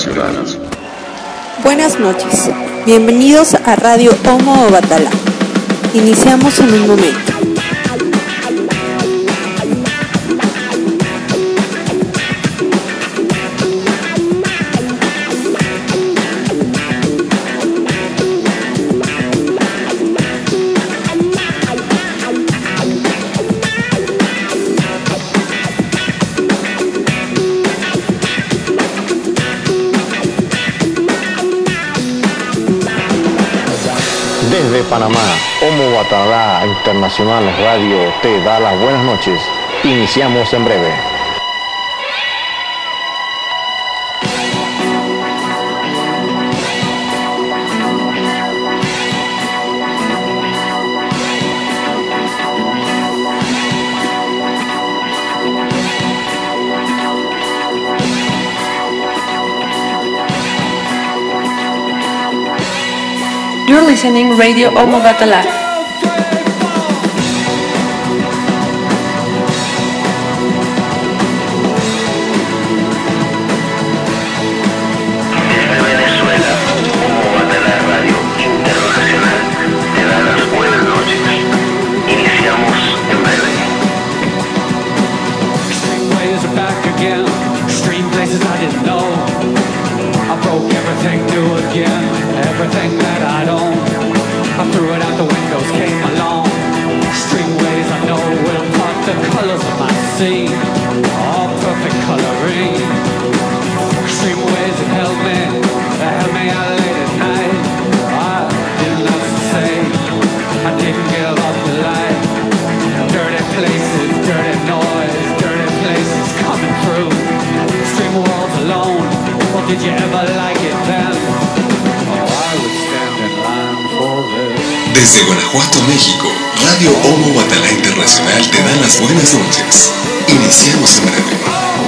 internacional. Buenas noches, bienvenidos a Radio Omo Obatalá. Iniciamos en un momento. Desde Panamá, Omo Obatalá Internacional Radio te da las buenas noches. Iniciamos en breve. You're listening Radio Omo Obatalá. Desde Venezuela, Omo Obatalá Radio Internacional te da las buenas noches. Iniciamos en breve. Extreme ways are back again. Extreme places I didn't know. I broke everything new again. Everything that I'd owned, I threw it out the windows, came along. Extreme ways I know will part the colors of my sea. All perfect coloring. Extreme ways that held me out late at night. I didn't know what to say, I didn't give up the light. Dirty places, dirty noise, dirty places coming through. Extreme worlds alone, well did you ever like it then? Desde Guanajuato, México, Radio Omo Obatalá Internacional te da las buenas noches. Iniciamos en breve.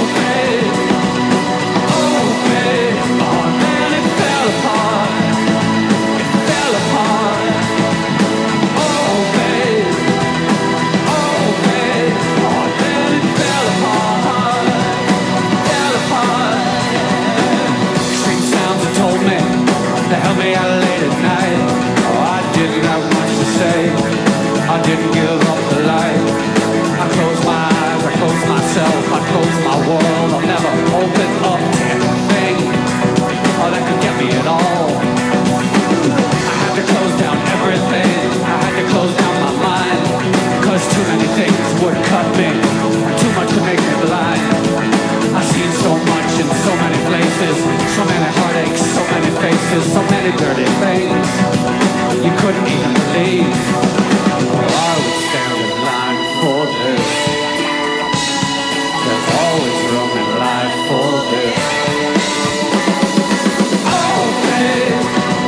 I didn't give up the light. I closed my eyes, I closed myself, I closed my world. I'll never open up to anything that could get me at all. I had to close down everything, I had to close down my mind, cause too many things would cut me, too much to make me blind. I've seen so much in so many places, so many heartaches, so many faces, so many dirty things you couldn't even believe. I would stand in line for this. There's always room in life for this. Oh babe,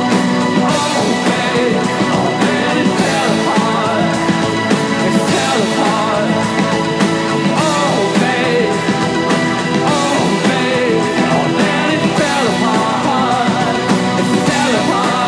oh man, it fell apart. It fell apart. Oh babe, oh man, it fell apart. It fell apart.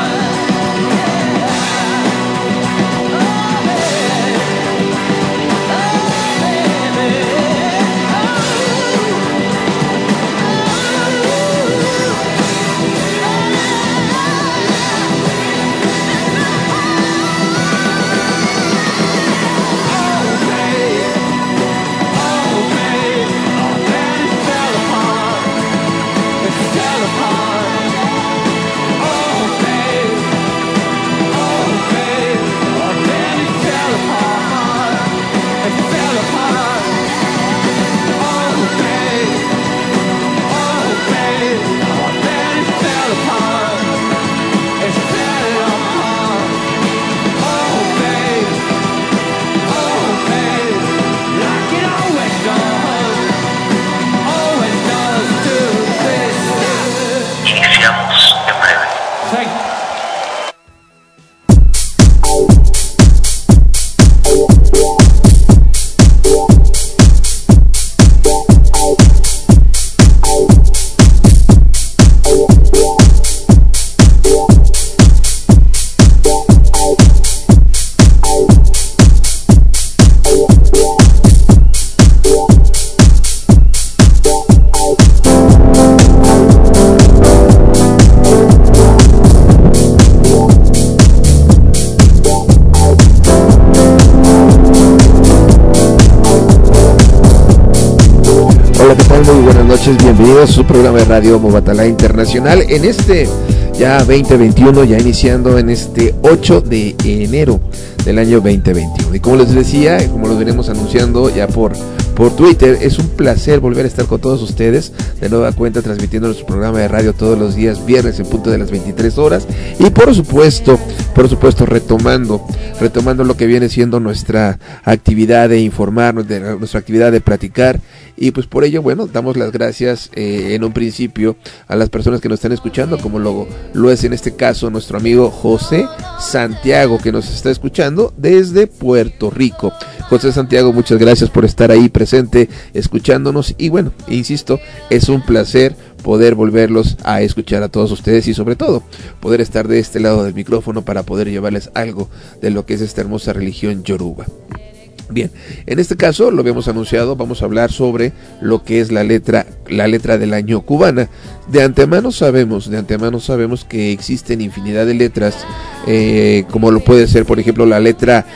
tal? Muy buenas noches, bienvenidos a su programa de radio Homo Batalá Internacional en este ya 2021, ya iniciando en este 8 de enero del año 2021. Y como les decía, como lo venimos anunciando ya por Twitter, es un placer volver a estar con todos ustedes, de nueva cuenta transmitiendo nuestro programa de radio todos los días viernes en punto de las 23 horas y por supuesto retomando lo que viene siendo nuestra actividad de informar, nuestra actividad de platicar. Y pues por ello, bueno, damos las gracias en un principio a las personas que nos están escuchando, como lo es en este caso nuestro amigo José Santiago, que nos está escuchando desde Puerto Rico. José Santiago, muchas gracias por estar ahí presente, escuchándonos. Y bueno, insisto, es un placer poder volverlos a escuchar a todos ustedes y sobre todo poder estar de este lado del micrófono para poder llevarles algo de lo que es esta hermosa religión yoruba. Bien, en este caso lo habíamos anunciado, vamos a hablar sobre lo que es la letra del año cubana. De antemano sabemos que existen infinidad de letras, como lo puede ser, por ejemplo, la letra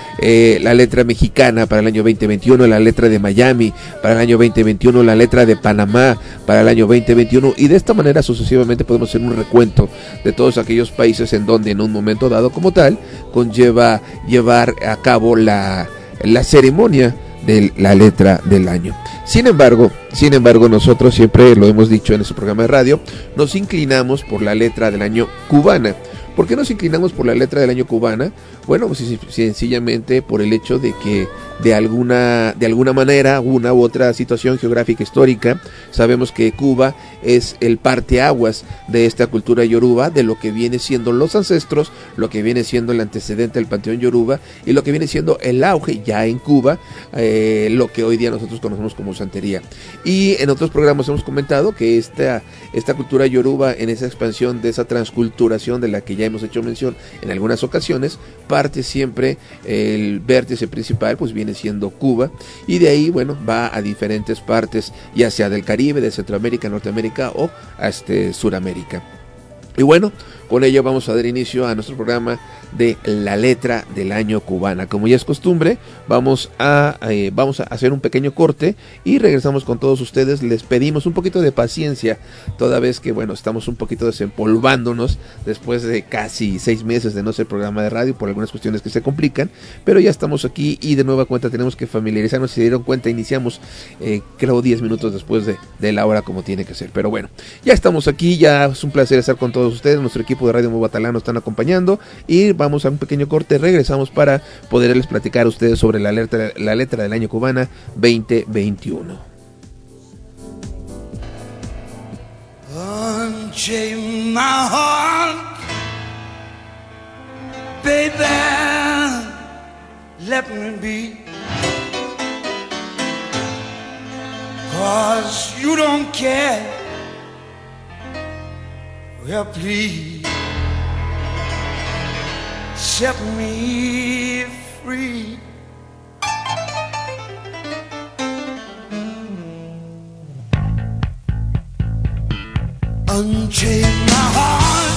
mexicana para el año 2021, la letra de Miami para el año 2021, la letra de Panamá para el año 2021, y de esta manera sucesivamente podemos hacer un recuento de todos aquellos países en donde en un momento dado como tal conlleva llevar a cabo la ceremonia de la letra del año. Sin embargo, nosotros siempre lo hemos dicho en este programa de radio, nos inclinamos por la letra del año cubana. ¿Por qué nos inclinamos por la letra del año cubana? Bueno, pues sencillamente por el hecho de que de alguna manera, una u otra situación geográfica histórica, sabemos que Cuba es el parteaguas de esta cultura yoruba, de lo que viene siendo los ancestros, lo que viene siendo el antecedente del panteón yoruba y lo que viene siendo el auge ya en Cuba, lo que hoy día nosotros conocemos como santería. Y en otros programas hemos comentado que esta cultura yoruba, en esa expansión de esa transculturación de la que ya hemos hecho mención en algunas ocasiones, parte siempre, el vértice principal pues viene siendo Cuba, y de ahí, bueno, va a diferentes partes, ya sea del Caribe, de Centroamérica, Norteamérica o a Suramérica. Y bueno, con ello vamos a dar inicio a nuestro programa de la letra del año cubana. Como ya es costumbre, vamos a hacer un pequeño corte y regresamos con todos ustedes. Les pedimos un poquito de paciencia, toda vez que, bueno, estamos un poquito desempolvándonos después de casi 6 meses de no ser programa de radio por algunas cuestiones que se complican, pero ya estamos aquí y de nueva cuenta tenemos que familiarizarnos. Si se dieron cuenta, iniciamos creo 10 minutos después de la hora, como tiene que ser, pero bueno, ya estamos aquí, ya es un placer estar con todos ustedes. Nuestro equipo de Radio Homo Batalá nos están acompañando y vamos a un pequeño corte, regresamos para poderles platicar a ustedes sobre la letra del año cubana 2021. Unchain my heart, baby, let me be, 'cause you don't care. Well, please set me free. Unchain my heart,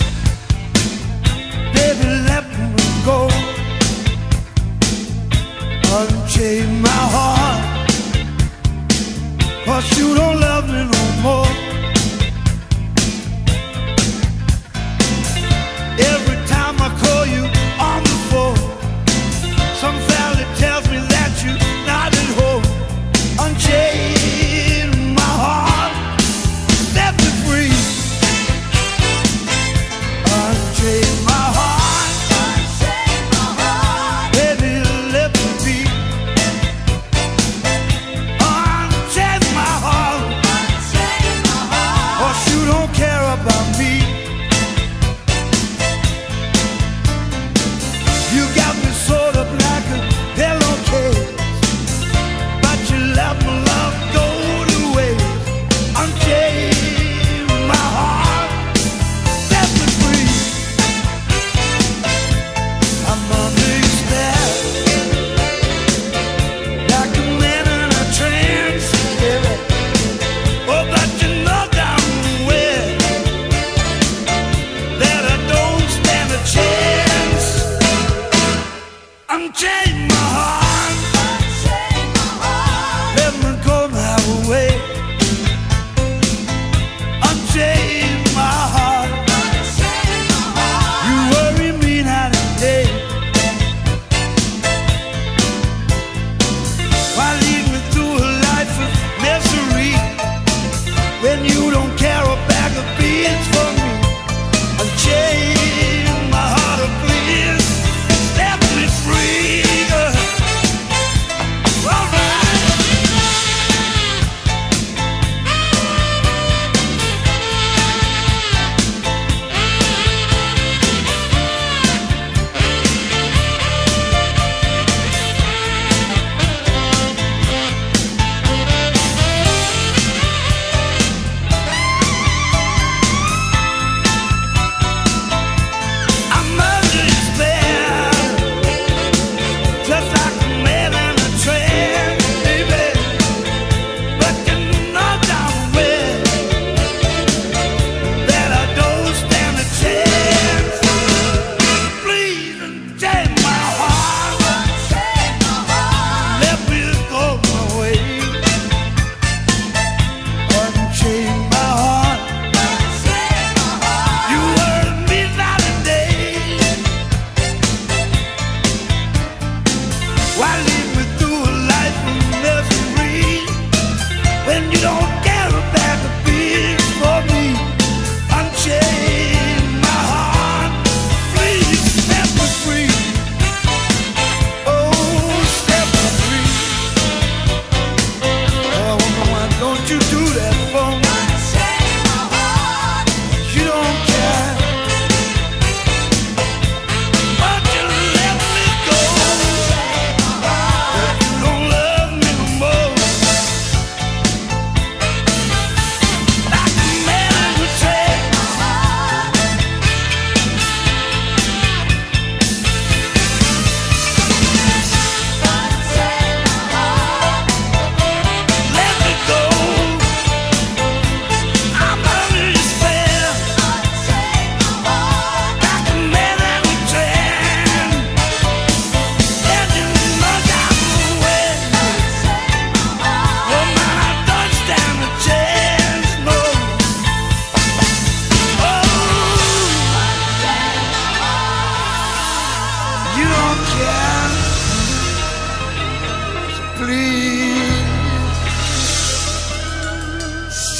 baby, let me go. Unchain my heart, 'cause you don't love me no more. Every time I call you on the phone, some fella tells me that you're not at home. Unchain my heart, set me free. Unchain my heart, baby, let me be. Unchain my heart, 'cause you don't care about me. You got me sewed up like a pillowcase, but you let my love go to waste. Unchain my heart, set me free. I'm under your spell, like a man in a trance, baby. Oh, but you know damn well that I don't stand a chance. Unchain my heart, let me go my way.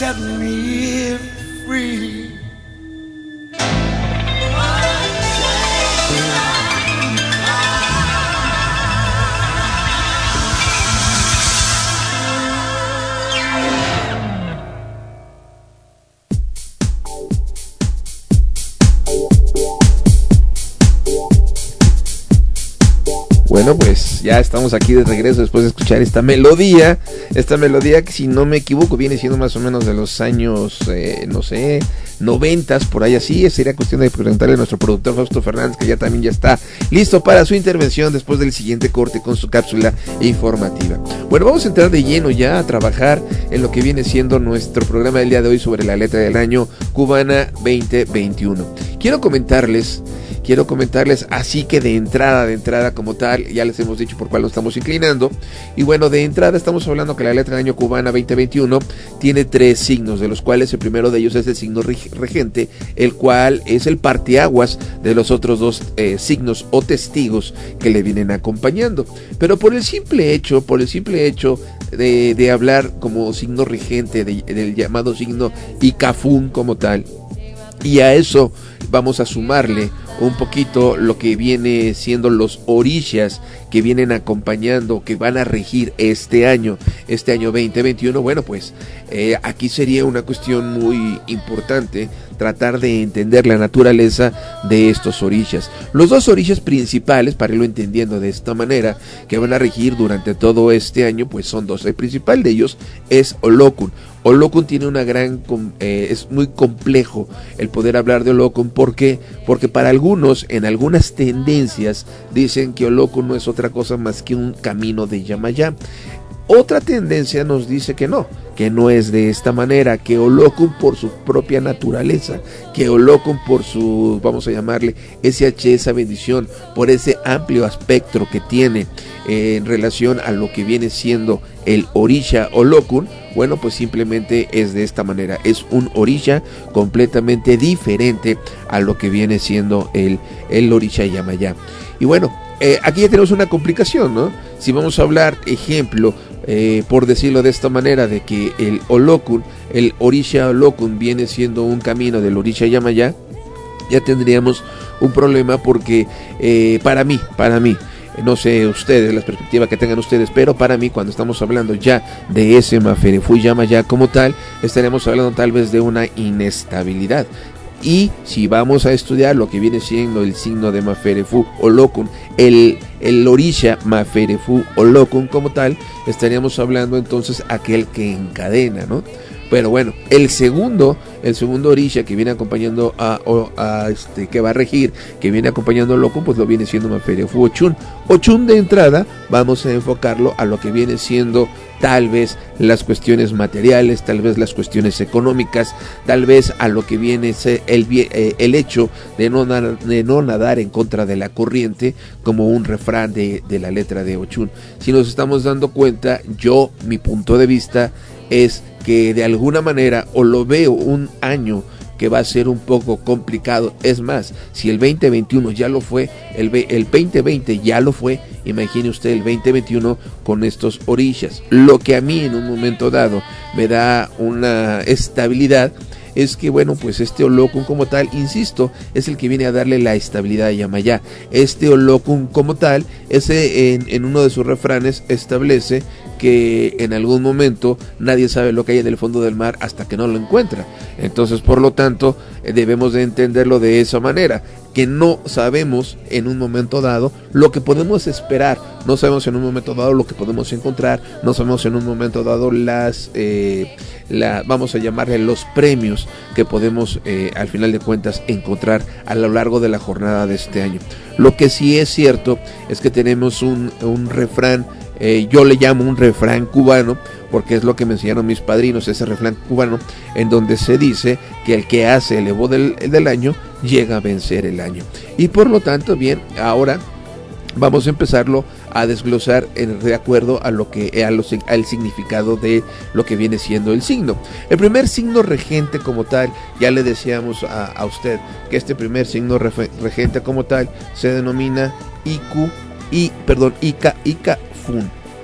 set me free. Bueno, pues ya estamos aquí de regreso después de escuchar esta melodía que, si no me equivoco, viene siendo más o menos de los años, no sé, 90s, por ahí así. Sería cuestión de preguntarle a nuestro productor Fausto Fernández, que ya también ya está listo para su intervención después del siguiente corte con su cápsula informativa. Bueno, vamos a entrar de lleno ya a trabajar en lo que viene siendo nuestro programa del día de hoy sobre la letra del año cubana 2021. Quiero comentarles así que de entrada como tal, ya les hemos dicho por cuál nos estamos inclinando. Y bueno, de entrada estamos hablando que la letra del año cubana 2021 tiene 3 signos, de los cuales el primero de ellos es el signo regente, el cual es el parteaguas de los otros 2 signos o testigos que le vienen acompañando. Pero por el simple hecho de hablar como signo regente, del llamado signo Icafún como tal, y a eso vamos a sumarle un poquito lo que viene siendo los orishas que vienen acompañando, que van a regir este año 2021. Bueno, pues aquí sería una cuestión muy importante tratar de entender la naturaleza de estos orishas. Los 2 orishas principales, para irlo entendiendo de esta manera, que van a regir durante todo este año, pues son 2. El principal de ellos es Olokun. Olokun tiene una gran, es muy complejo el poder hablar de Olokun. ¿Por qué? Porque para algunos, en algunas tendencias, dicen que Olokun no es otra cosa más que un camino de Yamayá. Otra tendencia nos dice que no es de esta manera, que Olokun por su propia naturaleza, que Olokun por su, vamos a llamarle, esa bendición, por ese amplio espectro que tiene en relación a lo que viene siendo el orisha Olokun, bueno, pues simplemente es de esta manera, es un orisha completamente diferente a lo que viene siendo el orisha Yamayá. Y bueno, aquí ya tenemos una complicación, ¿no? Si vamos a hablar, ejemplo, por decirlo de esta manera, de que el Olokun, el orisha Olokun viene siendo un camino del orisha Yamayá, ya tendríamos un problema porque para mí, no sé ustedes, la perspectiva que tengan ustedes, pero para mí, cuando estamos hablando ya de ese Maferefu Yamayá como tal, estaremos hablando tal vez de una inestabilidad. Y si vamos a estudiar lo que viene siendo el signo de Maferefu Olokun, el orisha Maferefu Olokun como tal, estaríamos hablando entonces aquel que encadena, ¿no? Pero bueno, el segundo orisha que viene acompañando que va a regir, que viene acompañando a Olokun, pues lo viene siendo Maferefu Ochun. Ochun, de entrada vamos a enfocarlo a lo que viene siendo tal vez las cuestiones materiales, tal vez las cuestiones económicas, tal vez a lo que viene el hecho de no nadar en contra de la corriente, como un refrán de la letra de Ochun. Si nos estamos dando cuenta, mi punto de vista es que de alguna manera, o lo veo un año que va a ser un poco complicado. Es más, si el 2021 ya lo fue, el 2020 ya lo fue, imagine usted el 2021 con estos orishas. Lo que a mí en un momento dado me da una estabilidad es que, bueno, pues este Olokun como tal, insisto, es el que viene a darle la estabilidad a Yamayá. Este Olokun como tal, en uno de sus refranes establece que en algún momento nadie sabe lo que hay en el fondo del mar hasta que no lo encuentra. Entonces, por lo tanto, debemos de entenderlo de esa manera, que no sabemos en un momento dado lo que podemos esperar, no sabemos en un momento dado lo que podemos encontrar, no sabemos en un momento dado vamos a llamarle los premios que podemos al final de cuentas encontrar a lo largo de la jornada de este año. Lo que sí es cierto es que tenemos un refrán, yo le llamo un refrán cubano, porque es lo que me enseñaron mis padrinos, ese refrán cubano, en donde se dice que el que hace el Evo del año llega a vencer el año. Y por lo tanto, bien, ahora vamos a empezarlo a desglosar de acuerdo a al significado de lo que viene siendo el signo. El primer signo regente como tal, ya le decíamos a usted que este primer signo regente como tal se denomina Icafún.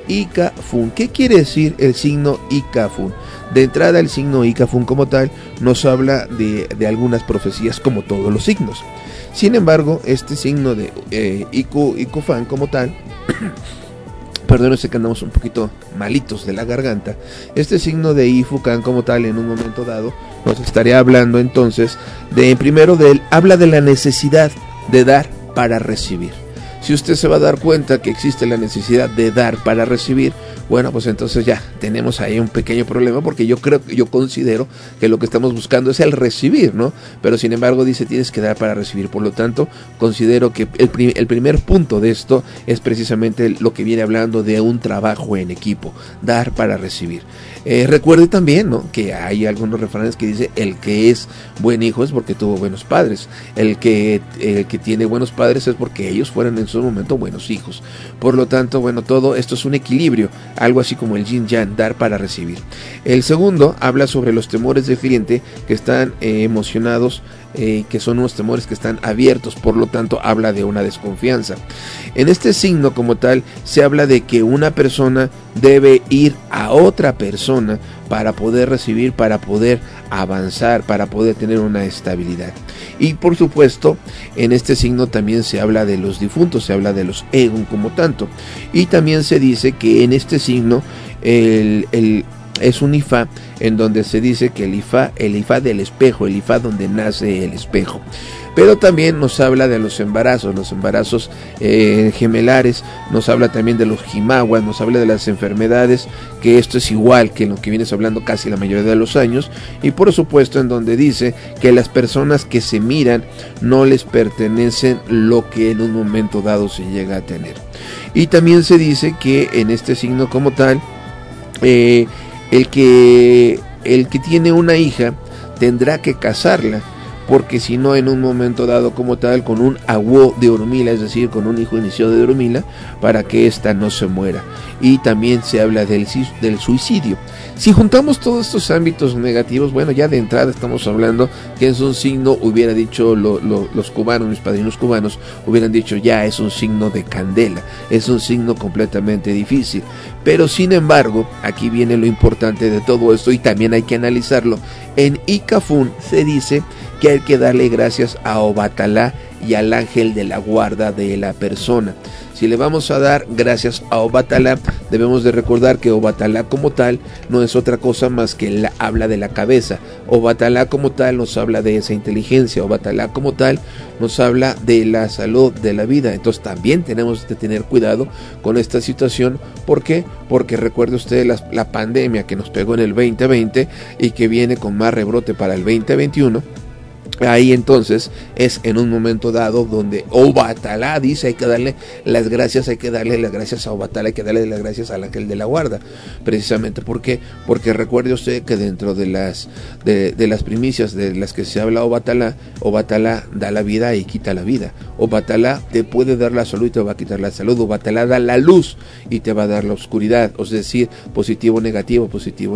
Ika-fun. ¿Qué quiere decir el signo Ika-fun? De entrada, el signo Ika-fun como tal nos habla de algunas profecías, como todos los signos. Sin embargo, este signo de Iku-fan como tal perdón, sé que andamos un poquito malitos de la garganta. Este signo de Ifukan como tal, en un momento dado, nos estaría hablando entonces habla de la necesidad de dar para recibir. Si usted se va a dar cuenta que existe la necesidad de dar para recibir, bueno, pues entonces ya tenemos ahí un pequeño problema, porque yo considero que lo que estamos buscando es el recibir, ¿no? Pero sin embargo dice tienes que dar para recibir. Por lo tanto, considero que el primer punto de esto es precisamente lo que viene hablando de un trabajo en equipo, dar para recibir. Recuerde también, ¿no?, que hay algunos refranes que dice el que es buen hijo es porque tuvo buenos padres, el que tiene buenos padres es porque ellos fueron en su momento buenos hijos. Por lo tanto, bueno, todo esto es un equilibrio, algo así como el yin yang, dar para recibir. El segundo habla sobre los temores del cliente que están emocionados, que son unos temores que están abiertos, por lo tanto habla de una desconfianza. En este signo como tal se habla de que una persona debe ir a otra persona para poder recibir, para poder avanzar, para poder tener una estabilidad. Y por supuesto, en este signo también se habla de los difuntos, se habla de los egon como tanto. Y también se dice que en este signo es un Ifá, en donde se dice que el Ifá del espejo, el Ifá donde nace el espejo. Pero también nos habla de los embarazos gemelares, nos habla también de los jimawas, nos habla de las enfermedades, que esto es igual que lo que vienes hablando casi la mayoría de los años, y por supuesto en donde dice que las personas que se miran no les pertenecen lo que en un momento dado se llega a tener. Y también se dice que en este signo como tal, el que tiene una hija tendrá que casarla, porque si no, en un momento dado como tal, con un aguó de Orunmila, es decir, con un hijo iniciado de Orunmila, para que ésta no se muera. Y también se habla del suicidio. Si juntamos todos estos ámbitos negativos, bueno, ya de entrada estamos hablando que es un signo, hubiera dicho los cubanos, mis padrinos cubanos, hubieran dicho ya es un signo de candela, es un signo completamente difícil. Pero sin embargo, aquí viene lo importante de todo esto, y también hay que analizarlo. En Ika-fun se dice que hay que darle gracias a Obatalá y al ángel de la guarda de la persona. Si le vamos a dar gracias a Obatalá, debemos de recordar que Obatalá como tal no es otra cosa más que habla de la cabeza. Obatalá como tal nos habla de esa inteligencia. Obatalá como tal nos habla de la salud, de la vida. Entonces también tenemos que tener cuidado con esta situación. ¿Por qué? Porque recuerde usted la pandemia que nos pegó en el 2020 y que viene con más rebrote para el 2021. Ahí entonces es en un momento dado donde Obatalá dice hay que darle las gracias a Obatalá, hay que darle las gracias al ángel de la guarda. Precisamente porque recuerde usted que dentro de las primicias de las que se habla Obatalá da la vida y quita la vida. Obatalá te puede dar la salud y te va a quitar la salud. Obatalá da la luz y te va a dar la oscuridad, es decir, positivo, negativo.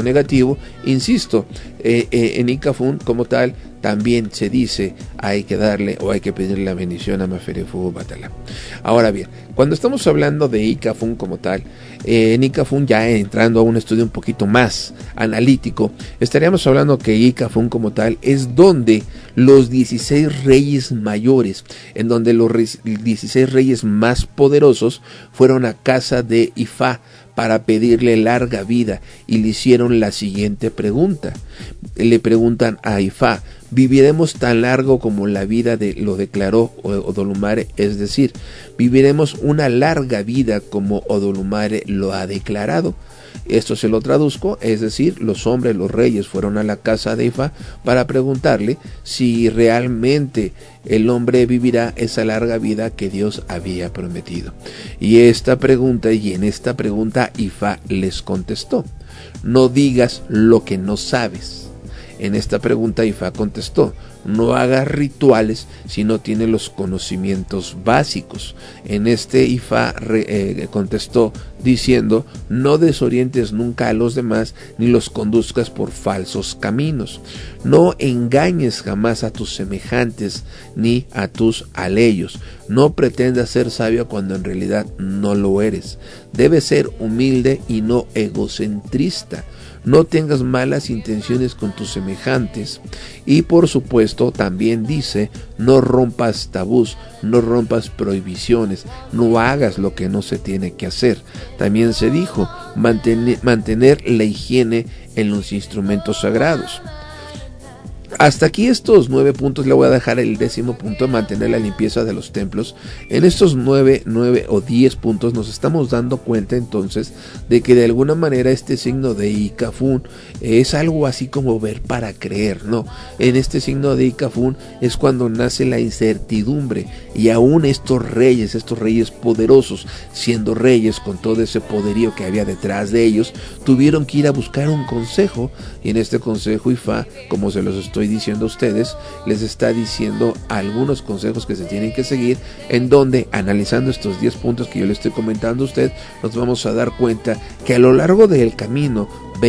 Insisto, en Ika-fun como tal también se dice hay que darle o hay que pedirle la bendición a Maferefu Obatalá. Ahora bien, cuando estamos hablando de Ika-fun como tal, en Ika-fun ya entrando a un estudio un poquito más analítico, estaríamos hablando que Ika-fun como tal es donde los 16 reyes mayores, en donde los 16 reyes más poderosos fueron a casa de Ifá para pedirle larga vida y le hicieron la siguiente pregunta. Le preguntan a Ifá, ¿viviremos tan largo como la vida lo declaró Odolumare? Es decir, ¿viviremos una larga vida como Odolumare lo ha declarado? Esto se lo traduzco, es decir, los hombres, los reyes fueron a la casa de Ifá para preguntarle si realmente el hombre vivirá esa larga vida que Dios había prometido. Y en esta pregunta Ifá les contestó: no digas lo que no sabes. En esta pregunta Ifá contestó: no hagas rituales si no tienes los conocimientos básicos. En este Ifá contestó diciendo: no desorientes nunca a los demás ni los conduzcas por falsos caminos. No engañes jamás a tus semejantes ni a tus aleyos. No pretendas ser sabio cuando en realidad no lo eres. Debes ser humilde y no egocentrista. No tengas malas intenciones con tus semejantes. Y por supuesto también dice: no rompas tabús, no rompas prohibiciones, no hagas lo que no se tiene que hacer. También se dijo: mantener la higiene en los instrumentos sagrados. Hasta aquí estos 9 puntos. Le voy a dejar el 10º punto: mantener la limpieza de los templos. En estos 9 o 10 puntos nos estamos dando cuenta entonces de que de alguna manera este signo de Icafún es algo así como ver para creer, ¿no? En este signo de Icafún es cuando nace la incertidumbre, y aún estos reyes poderosos, siendo reyes con todo ese poderío que había detrás de ellos, tuvieron que ir a buscar un consejo, y en este consejo Ifá, como se los estoy diciendo a ustedes, les está diciendo algunos consejos que se tienen que seguir, en donde, analizando estos 10 puntos que yo le estoy comentando a usted, nos vamos a dar cuenta que a lo largo del camino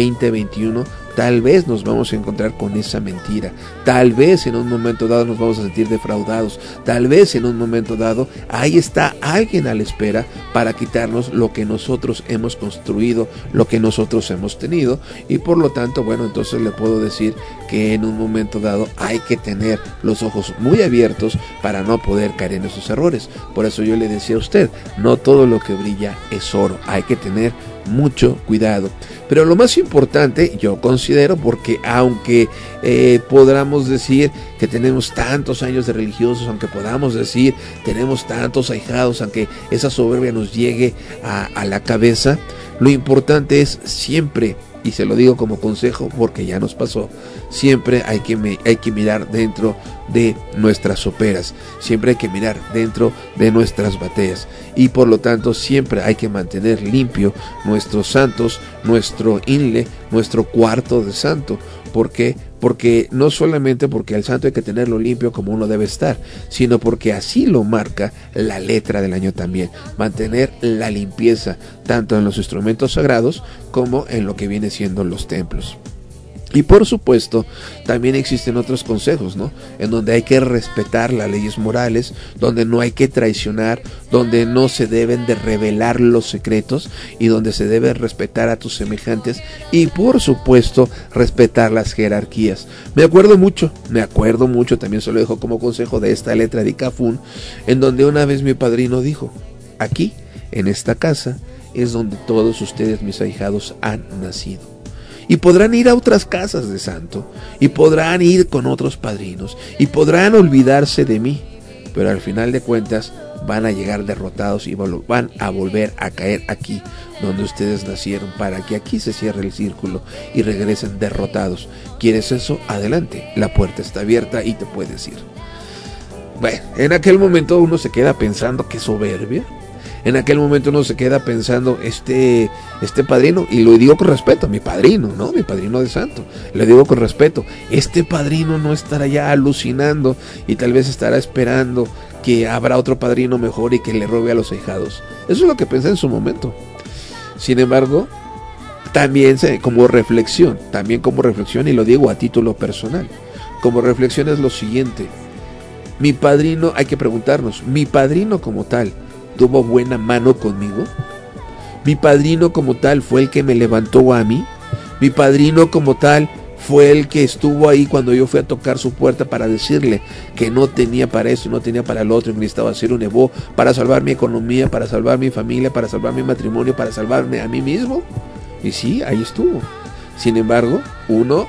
2021 tal vez nos vamos a encontrar con esa mentira, tal vez en un momento dado nos vamos a sentir defraudados, tal vez en un momento dado ahí está alguien a la espera para quitarnos lo que nosotros hemos construido, lo que nosotros hemos tenido, y por lo tanto, bueno, entonces le puedo decir que en un momento dado hay que tener los ojos muy abiertos para no poder caer en esos errores. Por eso yo le decía a usted, no todo lo que brilla es oro, hay que tener mucho cuidado. Pero lo más importante, yo considero, porque aunque podamos decir que tenemos tantos años de religiosos, aunque podamos decir tenemos tantos ahijados, aunque esa soberbia nos llegue a la cabeza, lo importante es siempre, y se lo digo como consejo porque ya nos pasó, siempre hay que mirar dentro de nuestras soperas, siempre hay que mirar dentro de nuestras bateas, y por lo tanto siempre hay que mantener limpio nuestros santos, nuestro inle, nuestro cuarto de santo. ¿Por qué? Porque no solamente porque el santo hay que tenerlo limpio como uno debe estar, sino porque así lo marca la letra del año también. Mantener la limpieza tanto en los instrumentos sagrados como en lo que viene siendo los templos. Y por supuesto, también existen otros consejos, ¿no? En donde hay que respetar las leyes morales, donde no hay que traicionar, donde no se deben de revelar los secretos, y donde se debe respetar a tus semejantes, y por supuesto, respetar las jerarquías. Me acuerdo mucho, también se lo dejo como consejo, de esta letra de Icafún, en donde una vez mi padrino dijo: aquí, en esta casa, es donde todos ustedes, mis ahijados, han nacido. Y podrán ir a otras casas de santo, y podrán ir con otros padrinos, y podrán olvidarse de mí, pero al final de cuentas van a llegar derrotados y van a volver a caer aquí donde ustedes nacieron, para que aquí se cierre el círculo y regresen derrotados. ¿Quieres eso? Adelante, la puerta está abierta y te puedes ir. Bueno, en aquel momento uno se queda pensando: qué soberbia. En aquel momento uno se queda pensando, este padrino, y lo digo con respeto, mi padrino, ¿no? Mi padrino de santo, le digo con respeto, este padrino no estará ya alucinando y tal vez estará esperando que habrá otro padrino mejor y que le robe a los ahijados. Eso es lo que pensé en su momento. Sin embargo, también como reflexión, y lo digo a título personal, como reflexión es lo siguiente: mi padrino, hay que preguntarnos, mi padrino como tal, ¿tuvo buena mano conmigo? Mi padrino como tal fue el que me levantó a mí. Mi padrino como tal fue el que estuvo ahí cuando yo fui a tocar su puerta para decirle que no tenía para eso, no tenía para lo otro, y necesitaba hacer un evo para salvar mi economía, para salvar mi familia, para salvar mi matrimonio, para salvarme a mí mismo. Y sí, ahí estuvo. Sin embargo, uno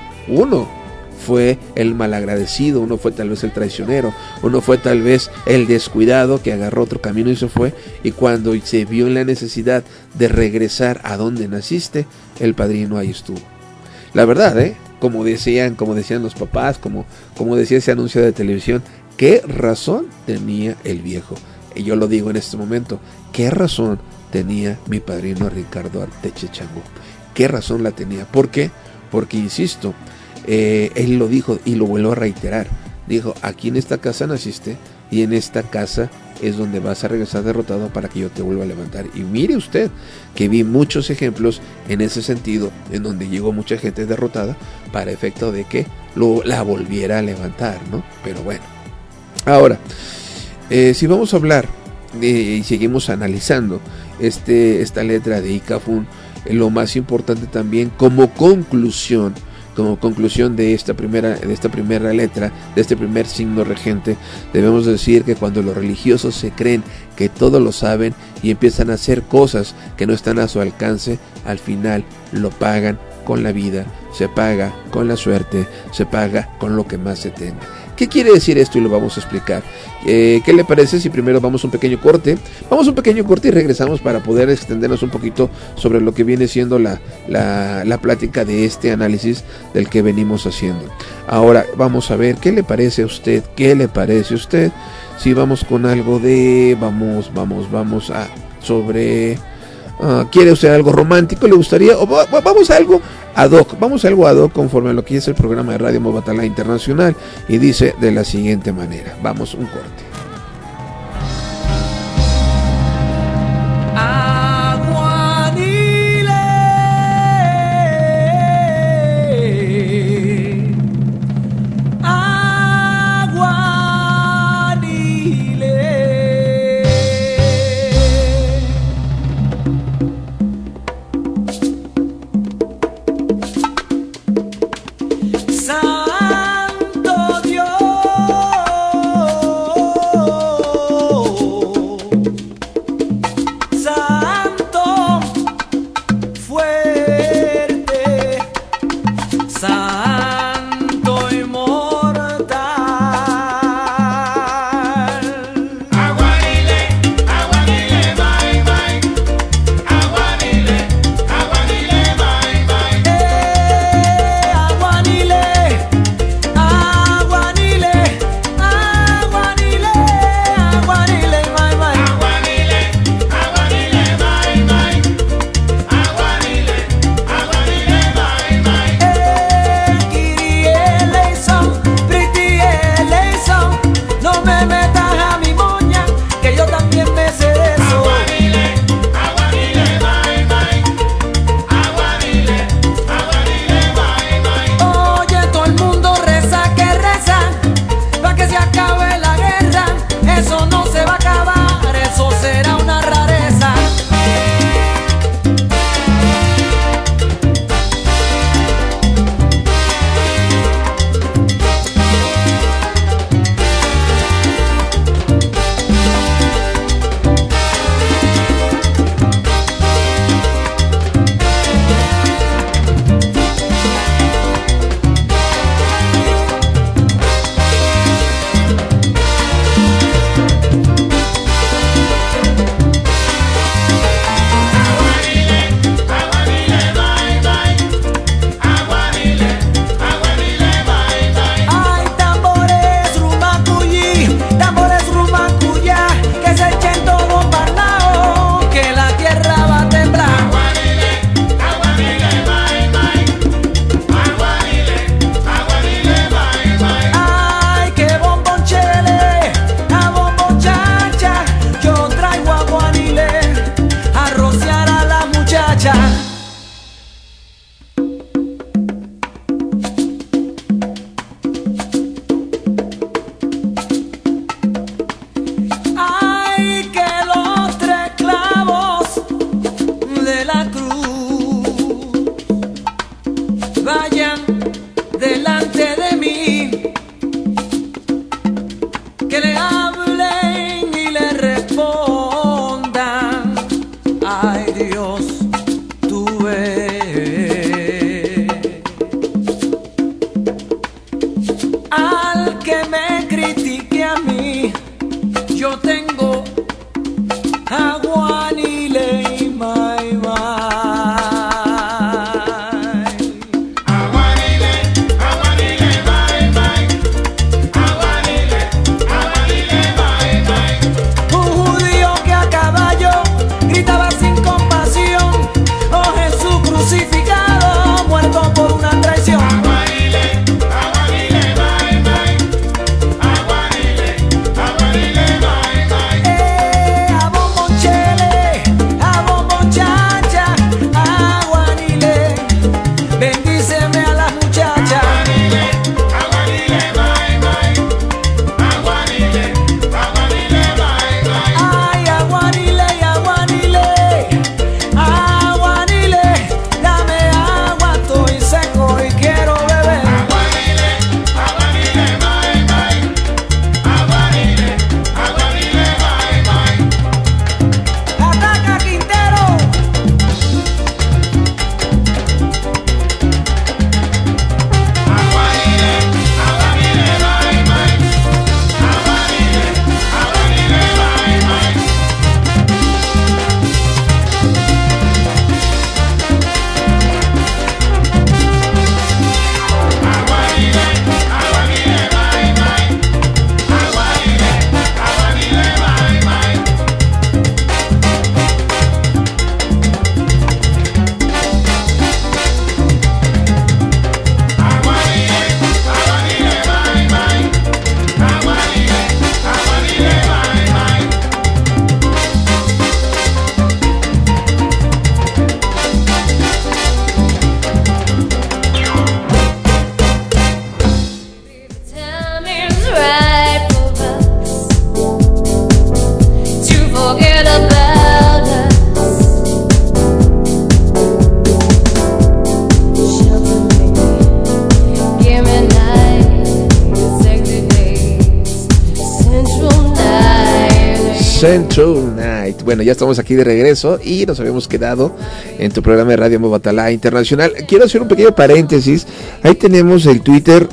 fue el malagradecido, uno fue tal vez el traicionero, uno fue tal vez el descuidado que agarró otro camino y se fue, y cuando se vio en la necesidad de regresar a donde naciste, el padrino ahí estuvo. La verdad, como decían los papás, como decía ese anuncio de televisión, ¿qué razón tenía el viejo? Y yo lo digo en este momento, ¿qué razón tenía mi padrino Ricardo Arteche Chango? ¿Qué razón la tenía? ¿Por qué? Porque, insisto, él lo dijo y lo vuelvo a reiterar. Dijo, aquí en esta casa naciste y en esta casa es donde vas a regresar derrotado para que yo te vuelva a levantar. Y mire usted que vi muchos ejemplos en ese sentido, en donde llegó mucha gente derrotada para efecto de que la volviera a levantar, ¿no? Pero bueno, ahora, si vamos a hablar y seguimos analizando esta letra de Ikafun, lo más importante también como conclusión de esta primera letra, de este primer signo regente, debemos decir que cuando los religiosos se creen que todo lo saben y empiezan a hacer cosas que no están a su alcance, al final lo pagan con la vida, se paga con la suerte, se paga con lo que más se tenga. ¿Qué quiere decir esto? Y lo vamos a explicar. ¿Qué le parece si primero vamos a un pequeño corte? Vamos a un pequeño corte y regresamos para poder extendernos un poquito sobre lo que viene siendo la plática de este análisis del que venimos haciendo. Ahora vamos a ver, ¿qué le parece a usted? ¿Qué le parece a usted? Si vamos con algo de... Vamos a... sobre... ¿quiere usted algo romántico? ¿Le gustaría? O vamos a algo ad hoc. Vamos a algo ad hoc conforme a lo que es el programa de Radio Homo Batalá Internacional. Y dice de la siguiente manera. Vamos, un corte. Un judío que a caballo gritaba sin compasión. Central Night. Bueno, ya estamos aquí de regreso y nos habíamos quedado en tu programa de Radio Movatalá Internacional. Quiero hacer un pequeño paréntesis. Ahí tenemos el Twitter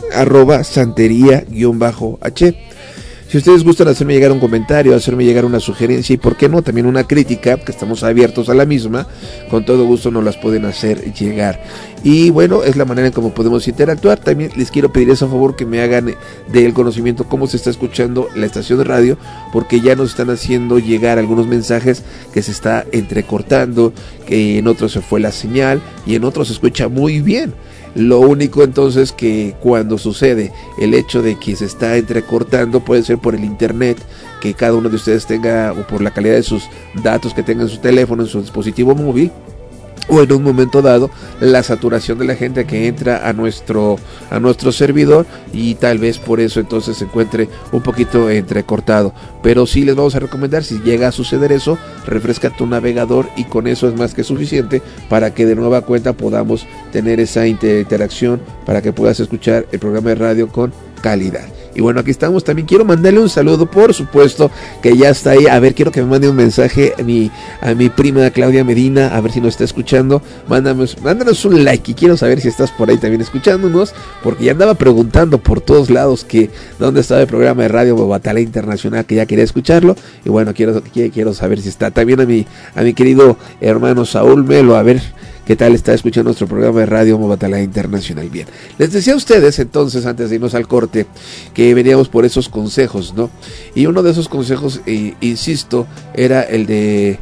@santería_h. Si ustedes gustan hacerme llegar un comentario, hacerme llegar una sugerencia y por qué no, también una crítica, que estamos abiertos a la misma, con todo gusto nos las pueden hacer llegar. Y bueno, es la manera en cómo podemos interactuar. También les quiero pedir ese favor que me hagan del conocimiento cómo se está escuchando la estación de radio, porque ya nos están haciendo llegar algunos mensajes que se está entrecortando, que en otros se fue la señal y en otros se escucha muy bien. Lo único entonces que cuando sucede el hecho de que se está entrecortando puede ser por el internet que cada uno de ustedes tenga o por la calidad de sus datos que tenga en su teléfono, en su dispositivo móvil, o en un momento dado la saturación de la gente que entra a nuestro servidor y tal vez por eso entonces se encuentre un poquito entrecortado. Pero sí les vamos a recomendar, si llega a suceder eso, refresca tu navegador y con eso es más que suficiente para que de nueva cuenta podamos tener esa interacción, para que puedas escuchar el programa de radio con calidad. Y bueno, aquí estamos. También quiero mandarle un saludo, por supuesto, que ya está ahí. A ver, quiero que me mande un mensaje a mi prima Claudia Medina, a ver si nos está escuchando. Mándanos un like y quiero saber si estás por ahí también escuchándonos, porque ya andaba preguntando por todos lados que dónde estaba el programa de Radio Movatalá Internacional, que ya quería escucharlo. Y bueno, quiero saber si está. También a mi querido hermano Saúl Melo, a ver ¿qué tal está escuchando nuestro programa de Radio Movatalá Internacional? Bien, les decía a ustedes entonces, antes de irnos al corte, que veníamos por esos consejos, ¿no? Y uno de esos consejos, insisto, era el de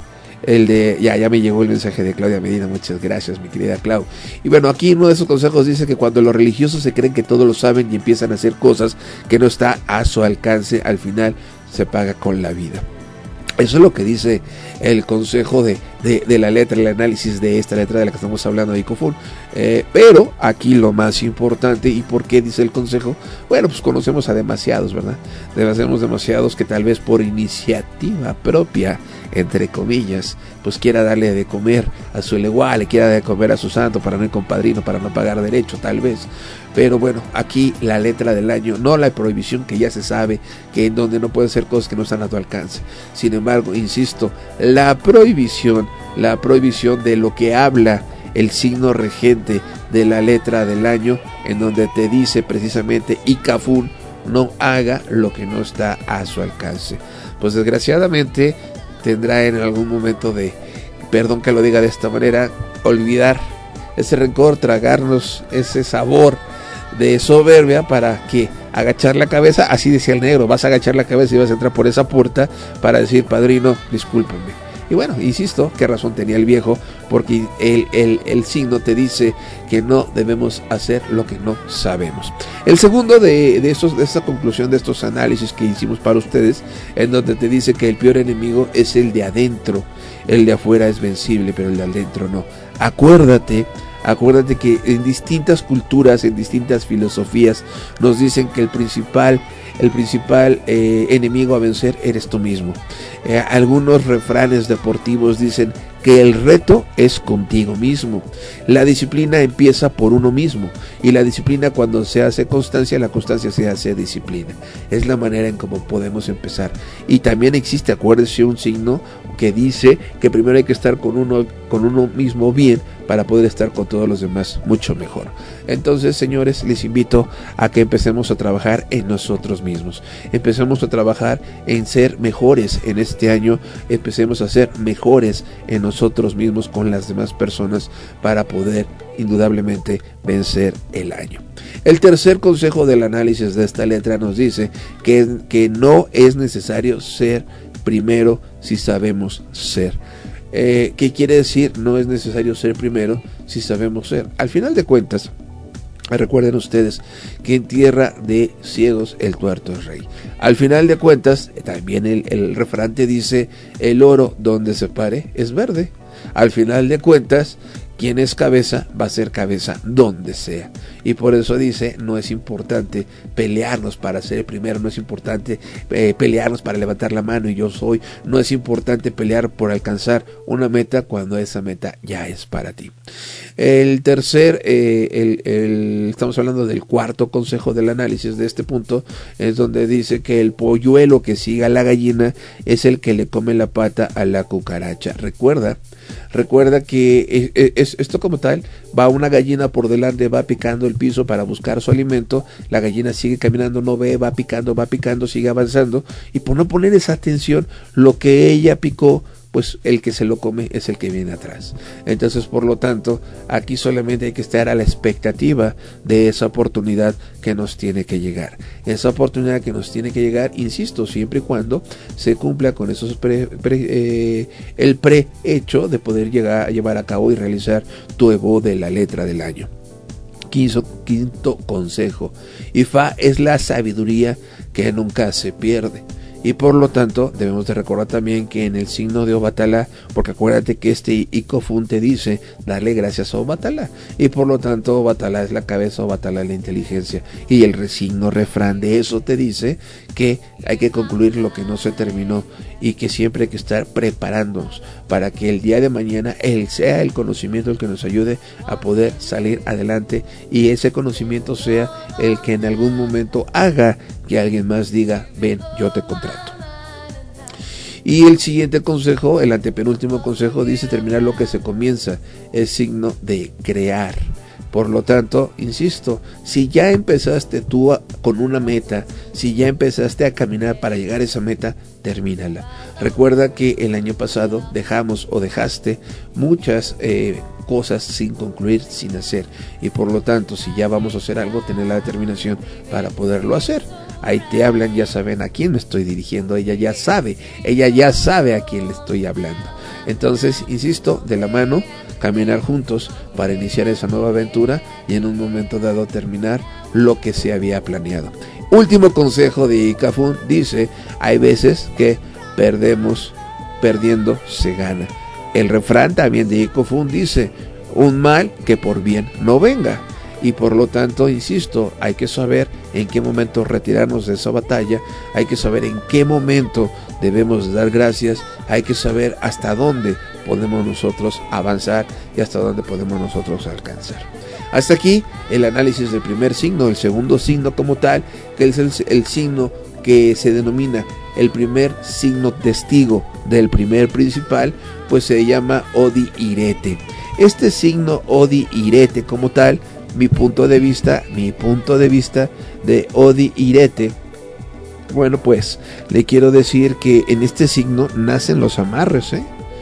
ya me llegó el mensaje de Claudia Medina, muchas gracias mi querida Clau. Y bueno, aquí uno de esos consejos dice que cuando los religiosos se creen que todo lo saben y empiezan a hacer cosas que no está a su alcance, al final se paga con la vida. Eso es lo que dice el consejo de la letra, el análisis de esta letra de la que estamos hablando de Icofun. Pero aquí lo más importante, ¿y por qué dice el consejo? Bueno, pues conocemos a demasiados, ¿verdad? Conocemos demasiados que tal vez por iniciativa propia, entre comillas, pues quiera darle de comer a su leguá, le quiera de comer a su santo para no ir con padrino, para no pagar derecho, tal vez. Pero bueno, aquí la letra del año, no la prohibición que ya se sabe, que en donde no puede ser cosas que no están a tu alcance. Sin embargo, insisto, la prohibición de lo que habla el signo regente de la letra del año, en donde te dice precisamente Icafún, no haga lo que no está a su alcance. Pues desgraciadamente tendrá en algún momento de, perdón que lo diga de esta manera, olvidar ese rencor, tragarnos ese sabor de soberbia para que agachar la cabeza, así decía el negro, vas a agachar la cabeza y vas a entrar por esa puerta para decir, padrino, discúlpame. Y bueno, insisto, qué razón tenía el viejo, porque el signo te dice que no debemos hacer lo que no sabemos. El segundo de esta conclusión, de estos análisis que hicimos para ustedes, en donde te dice que el peor enemigo es el de adentro, el de afuera es vencible, pero el de adentro no. Acuérdate que en distintas culturas, en distintas filosofías, nos dicen que el principal enemigo a vencer eres tú mismo. Algunos refranes deportivos dicen que el reto es contigo mismo. La disciplina empieza por uno mismo, y la disciplina, cuando se hace constancia, la constancia se hace disciplina. Es la manera en cómo podemos empezar. Y también existe, acuérdense, un signo que dice que primero hay que estar con uno mismo bien para poder estar con todos los demás mucho mejor. Entonces, señores, les invito a que empecemos a trabajar en nosotros mismos. Empecemos a trabajar en ser mejores en este año. Empecemos a ser mejores en nosotros mismos con las demás personas para poder indudablemente vencer el año. El tercer consejo del análisis de esta letra nos dice que no es necesario ser primero si sabemos ser. ¿Qué quiere decir? No es necesario ser primero si sabemos ser. Al final de cuentas, recuerden ustedes que en tierra de ciegos el tuerto es rey. Al final de cuentas, también el refrán te dice, el oro donde se pare es verde. Al final de cuentas, quien es cabeza va a ser cabeza donde sea. Y por eso dice, no es importante pelearnos para ser el primero, no es importante pelearnos para levantar la mano y yo soy, no es importante pelear por alcanzar una meta cuando esa meta ya es para ti. El tercer, estamos hablando del cuarto consejo del análisis de este punto, es donde dice que el polluelo que siga a la gallina es el que le come la pata a la cucaracha. Recuerda que esto como tal, va una gallina por delante, va picando el piso para buscar su alimento, la gallina sigue caminando, no ve, va picando, sigue avanzando, y por no poner esa atención, lo que ella picó, pues el que se lo come es el que viene atrás. Entonces, por lo tanto, aquí solamente hay que estar a la expectativa de esa oportunidad que nos tiene que llegar. Esa oportunidad que nos tiene que llegar, insisto, siempre y cuando se cumpla con esos el prehecho de poder llevar a cabo y realizar tu Evo de la letra del año. Quinto consejo. Ifá es la sabiduría que nunca se pierde. Y por lo tanto debemos de recordar también que en el signo de Obatalá, porque acuérdate que este Icofun te dice darle gracias a Obatalá, y por lo tanto Obatalá es la cabeza, Obatalá es la inteligencia, y el signo refrán de eso te dice que hay que concluir lo que no se terminó y que siempre hay que estar preparándonos para que el día de mañana sea el conocimiento el que nos ayude a poder salir adelante, y ese conocimiento sea el que en algún momento haga que alguien más diga, ven, yo te contrato. Y el siguiente consejo, el antepenúltimo consejo, dice terminar lo que se comienza, es signo de crear. Por lo tanto, insisto, si ya empezaste tú con una meta, si ya empezaste a caminar para llegar a esa meta, termínala. Recuerda que el año pasado dejaste muchas cosas sin concluir, sin hacer, y por lo tanto, si ya vamos a hacer algo, tener la determinación para poderlo hacer. Ahí te hablan, ya saben a quién me estoy dirigiendo, ella ya sabe a quién le estoy hablando. Entonces, insisto, de la mano, caminar juntos para iniciar esa nueva aventura y en un momento dado terminar lo que se había planeado. Último consejo de Icofun, dice, hay veces que perdiendo se gana. El refrán también de Icofun dice, un mal que por bien no venga. Y por lo tanto, insisto, hay que saber en qué momento retirarnos de esa batalla, hay que saber en qué momento debemos dar gracias, hay que saber hasta dónde podemos nosotros avanzar y hasta dónde podemos nosotros alcanzar. Hasta aquí el análisis del primer signo. El segundo signo como tal, que es el signo que se denomina el primer signo testigo del primer principal, pues se llama Odi Irete. Este signo Odi Irete como tal, mi punto de vista de Odi Irete, bueno, pues le quiero decir que en este signo nacen los amarres,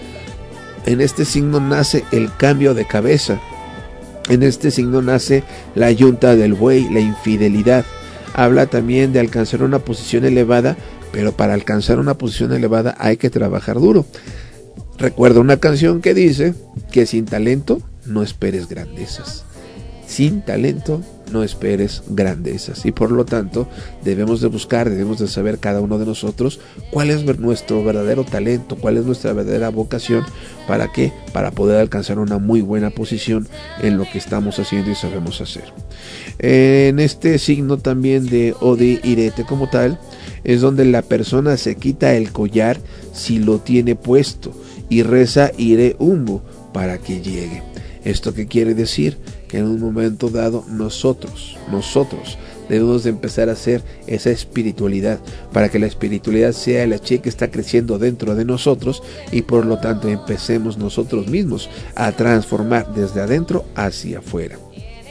en este signo nace el cambio de cabeza, en este signo nace la yunta del buey, la infidelidad. Habla también de alcanzar una posición elevada, pero para alcanzar una posición elevada hay que trabajar duro. Recuerdo una canción que dice que sin talento no esperes grandezas. Sin talento no esperes grandezas, y por lo tanto debemos de saber cada uno de nosotros cuál es nuestro verdadero talento, cuál es nuestra verdadera vocación, ¿para qué? Para poder alcanzar una muy buena posición en lo que estamos haciendo y sabemos hacer. En este signo también de Odi Irete como tal, es donde la persona se quita el collar si lo tiene puesto y reza Ire Umbu para que llegue. ¿Esto qué quiere decir? Que en un momento dado nosotros debemos de empezar a hacer esa espiritualidad, para que la espiritualidad sea la que está creciendo dentro de nosotros, y por lo tanto empecemos nosotros mismos a transformar desde adentro hacia afuera.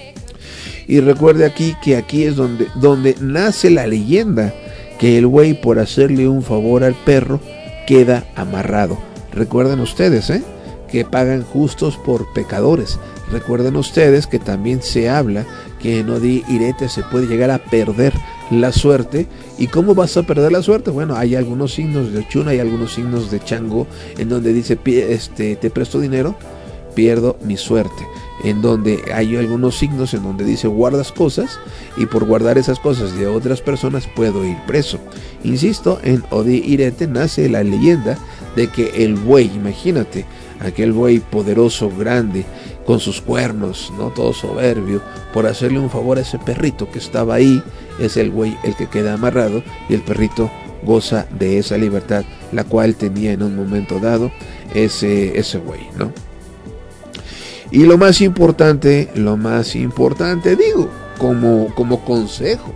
Y recuerde aquí que aquí es donde nace la leyenda que el buey, por hacerle un favor al perro, queda amarrado. Recuerden ustedes, que pagan justos por pecadores. Recuerden ustedes que también se habla que en Odi Irete se puede llegar a perder la suerte. ¿Y cómo vas a perder la suerte? Bueno, hay algunos signos de Ochun, hay algunos signos de Chango en donde dice, te presto dinero, pierdo mi suerte. en donde hay algunos signos en donde dice guardas cosas y por guardar esas cosas de otras personas puedo ir preso. Insisto, en Odi Irete nace la leyenda de que el buey, imagínate, aquel buey poderoso, grande, con sus cuernos, no todo soberbio, por hacerle un favor a ese perrito que estaba ahí, es el buey el que queda amarrado y el perrito goza de esa libertad, la cual tenía en un momento dado ese buey, ¿no? Y lo más importante, digo, como consejo,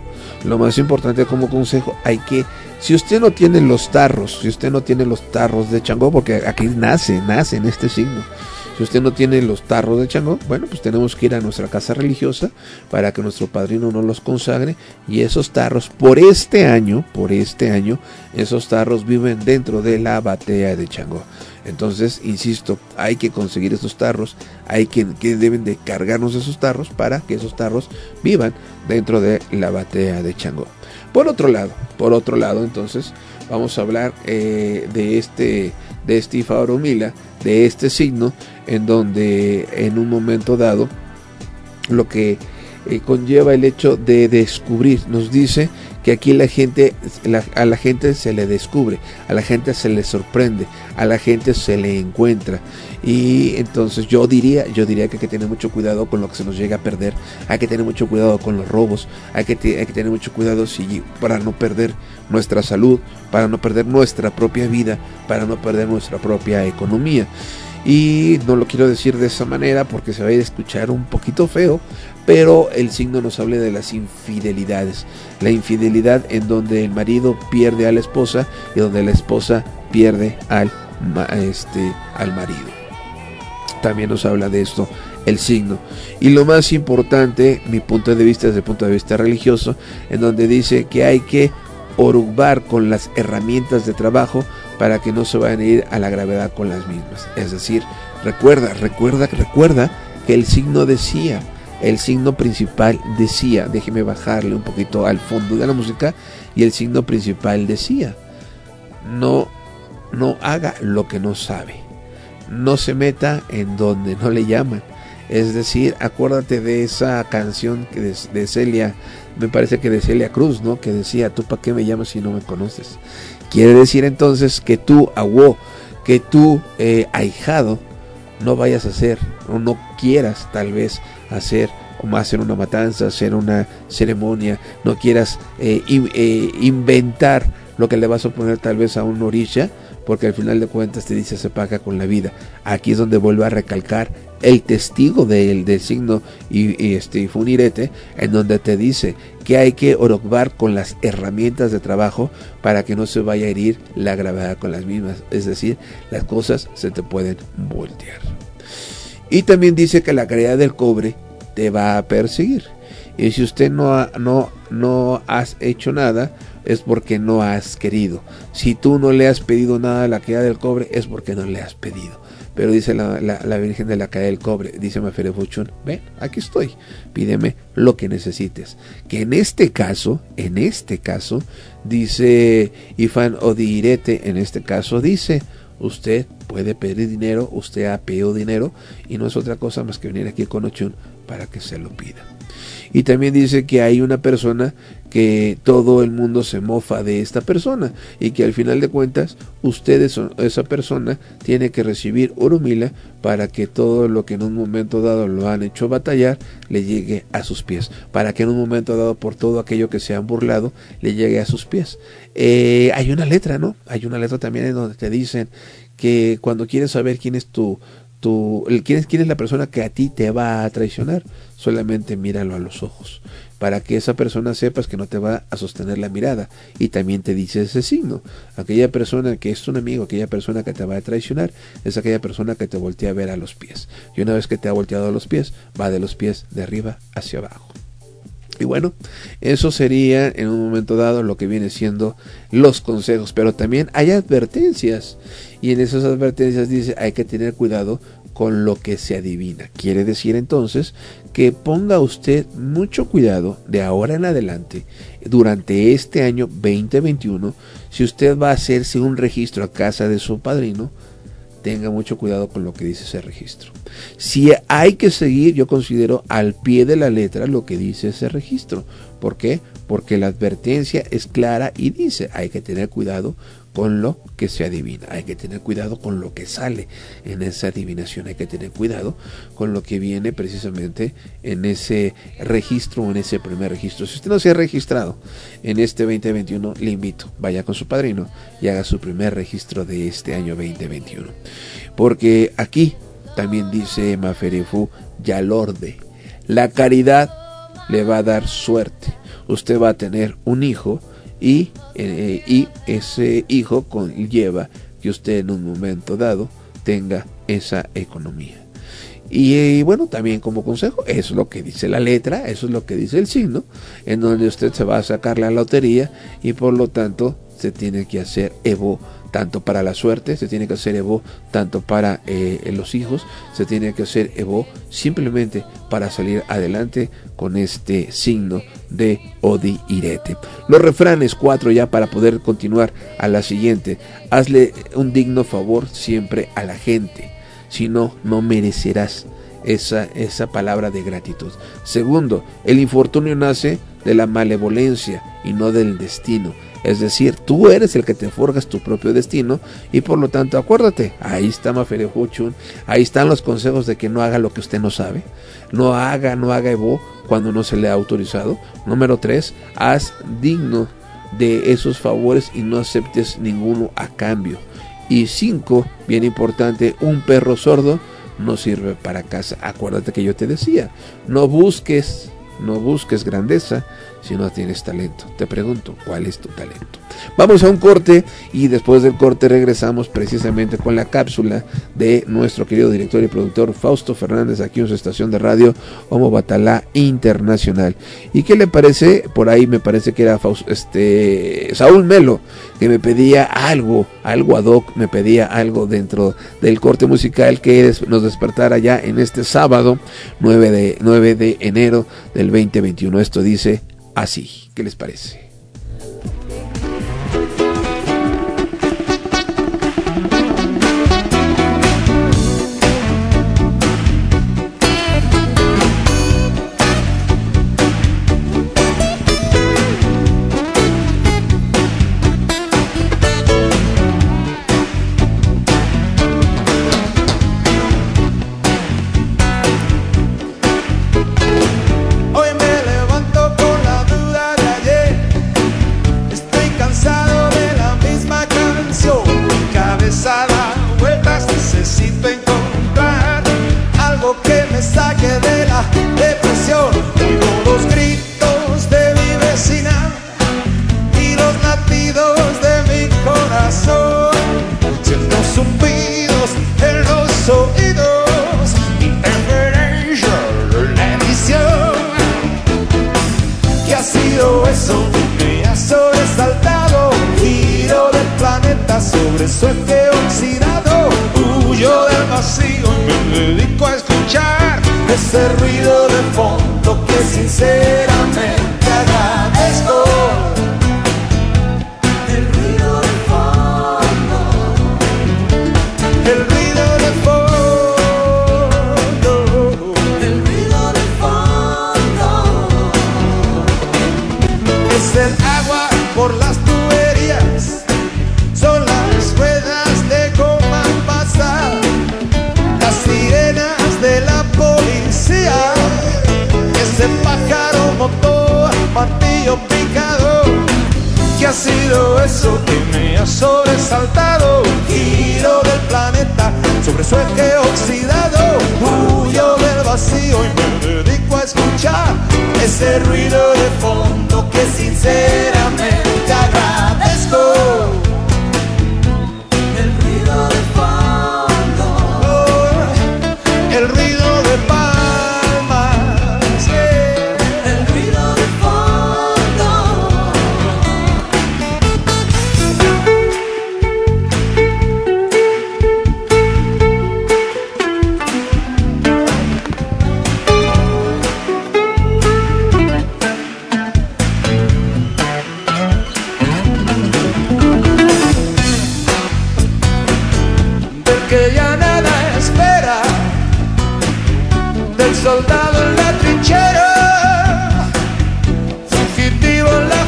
hay que, si usted no tiene los tarros de Changó, porque aquí nace en este signo, si usted no tiene los tarros de Changó, bueno, pues tenemos que ir a nuestra casa religiosa para que nuestro padrino nos los consagre, y esos tarros, por este año, esos tarros viven dentro de la batea de Changó. Entonces, insisto, hay que conseguir esos tarros, hay que deben de cargarnos esos tarros para que esos tarros vivan dentro de la batea de Changó. Por otro lado, entonces, vamos a hablar de este Ifa Oromila, de este signo, en donde en un momento dado, lo que conlleva el hecho de descubrir, nos dice que aquí a la gente se le descubre, a la gente se le sorprende, a la gente se le encuentra. Y entonces yo diría que hay que tener mucho cuidado con lo que se nos llega a perder, hay que tener mucho cuidado con los robos, hay que tener mucho cuidado para no perder nuestra salud, para no perder nuestra propia vida, para no perder nuestra propia economía. Y no lo quiero decir de esa manera porque se va a escuchar un poquito feo, pero el signo nos habla de las infidelidades. La infidelidad en donde el marido pierde a la esposa y donde la esposa pierde al marido. También nos habla de esto el signo. Y lo más importante, mi punto de vista, desde el punto de vista religioso, en donde dice que hay que orubar con las herramientas de trabajo para que no se vayan a ir a la gravedad con las mismas. Es decir, recuerda que el signo principal decía, déjeme bajarle un poquito al fondo de la música, y el signo principal decía, no haga lo que no sabe, no se meta en donde no le llaman. Es decir, acuérdate de esa canción de Celia, me parece que de Celia Cruz, ¿no? Que decía, ¿tú para qué me llamas si no me conoces? Quiere decir entonces que tú, ahijado, no vayas a hacer, o no quieras tal vez hacer una matanza, hacer una ceremonia, no quieras inventar lo que le vas a poner tal vez a un orisha, porque al final de cuentas te dice se paga con la vida. Aquí es donde vuelve a recalcar el testigo del signo y Funirete, en donde te dice que hay que orogbar con las herramientas de trabajo para que no se vaya a herir la gravedad con las mismas. Es decir, las cosas se te pueden voltear. Y también dice que la caridad del cobre te va a perseguir. Y si usted no has hecho nada, es porque no has querido. Si tú no le has pedido nada a la caridad del cobre, es porque no le has pedido. Pero dice la Virgen de la caridad del cobre, dice Mafere Fuchun, ven, aquí estoy, pídeme lo que necesites. Que en este caso, dice Ifan Odirete, en este caso dice, usted puede pedir dinero, usted ha pedido dinero, y no es otra cosa más que venir aquí con Ochun para que se lo pida. Y también dice que hay una persona que todo el mundo se mofa de esta persona y que al final de cuentas esa persona tiene que recibir Oromila para que todo lo que en un momento dado lo han hecho batallar le llegue a sus pies, para que en un momento dado por todo aquello que se han burlado le llegue a sus pies. Hay una letra, ¿no? Hay una letra también en donde te dicen que cuando quieres saber quién es quién es la persona que a ti te va a traicionar, solamente míralo a los ojos, para que esa persona sepas que no te va a sostener la mirada. Y también te dice ese signo, aquella persona que es un amigo, aquella persona que te va a traicionar, es aquella persona que te voltea a ver a los pies, y una vez que te ha volteado a los pies, va de los pies de arriba hacia abajo. Y bueno, eso sería en un momento dado lo que viene siendo los consejos, pero también hay advertencias, y en esas advertencias dice hay que tener cuidado con lo que se adivina. Quiere decir entonces que ponga usted mucho cuidado de ahora en adelante, durante este año 2021, si usted va a hacerse un registro a casa de su padrino, tenga mucho cuidado con lo que dice ese registro. Si hay que seguir, yo considero al pie de la letra lo que dice ese registro. ¿Por qué? Porque la advertencia es clara y dice, hay que tener cuidado con lo que se adivina, hay que tener cuidado con lo que sale en esa adivinación, hay que tener cuidado con lo que viene precisamente en ese registro o en ese primer registro. Si usted no se ha registrado en este 2021, le invito, vaya con su padrino y haga su primer registro de este año 2021, porque aquí también dice Maferefu Yalorde, la caridad le va a dar suerte, usted va a tener un hijo y ese hijo conlleva que usted en un momento dado tenga esa economía. Y bueno, también como consejo, eso es lo que dice la letra, eso es lo que dice el signo, en donde usted se va a sacar la lotería y por lo tanto se tiene que hacer Evo tanto para la suerte, se tiene que hacer Evo tanto para los hijos, se tiene que hacer Evo simplemente para salir adelante con este signo de Odi Irete. Los refranes 4 ya para poder continuar a la siguiente. Hazle un digno favor siempre a la gente, si no, no merecerás esa palabra de gratitud. Segundo, el infortunio nace de la malevolencia y no del destino. Es decir, tú eres el que te forjas tu propio destino y por lo tanto, acuérdate, ahí está Maferejo Chun, ahí están los consejos de que no haga lo que usted no sabe, no haga Evo cuando no se le ha autorizado. Número 3, haz digno de esos favores y no aceptes ninguno a cambio. Y 5, bien importante, un perro sordo no sirve para casa. Acuérdate que yo te decía, no busques grandeza si no tienes talento. Te pregunto, ¿cuál es tu talento? Vamos a un corte y después del corte regresamos precisamente con la cápsula de nuestro querido director y productor Fausto Fernández aquí en su estación de radio Omo Batalá Internacional. ¿Y qué le parece? Por ahí me parece que era Saúl Melo, que me pedía algo ad hoc, me pedía algo dentro del corte musical que nos despertara ya en este sábado 9 de enero del 2021. Esto dice así, ¿qué les parece? Sobre su eje oxidado, huyo del vacío y me dedico a escuchar ese ruido de fondo que sinceramente agradezco. El ruido de fondo, el ruido de fondo, el ruido de fondo. Es el agua por las tuberías, son las ruedas de goma pasar, las sirenas de la policía, ese pájaro motor, martillo picado. ¿Qué ha sido eso que me ha sobresaltado? Giro del planeta sobre su eje oxidado, huyo del vacío y me dedico a escuchar ese ruido de fondo que sinceramente agradezco. El ruido de palmas, yeah. El ruido de fondo. Del que ya el soldado en la trinchera, fugitivo en la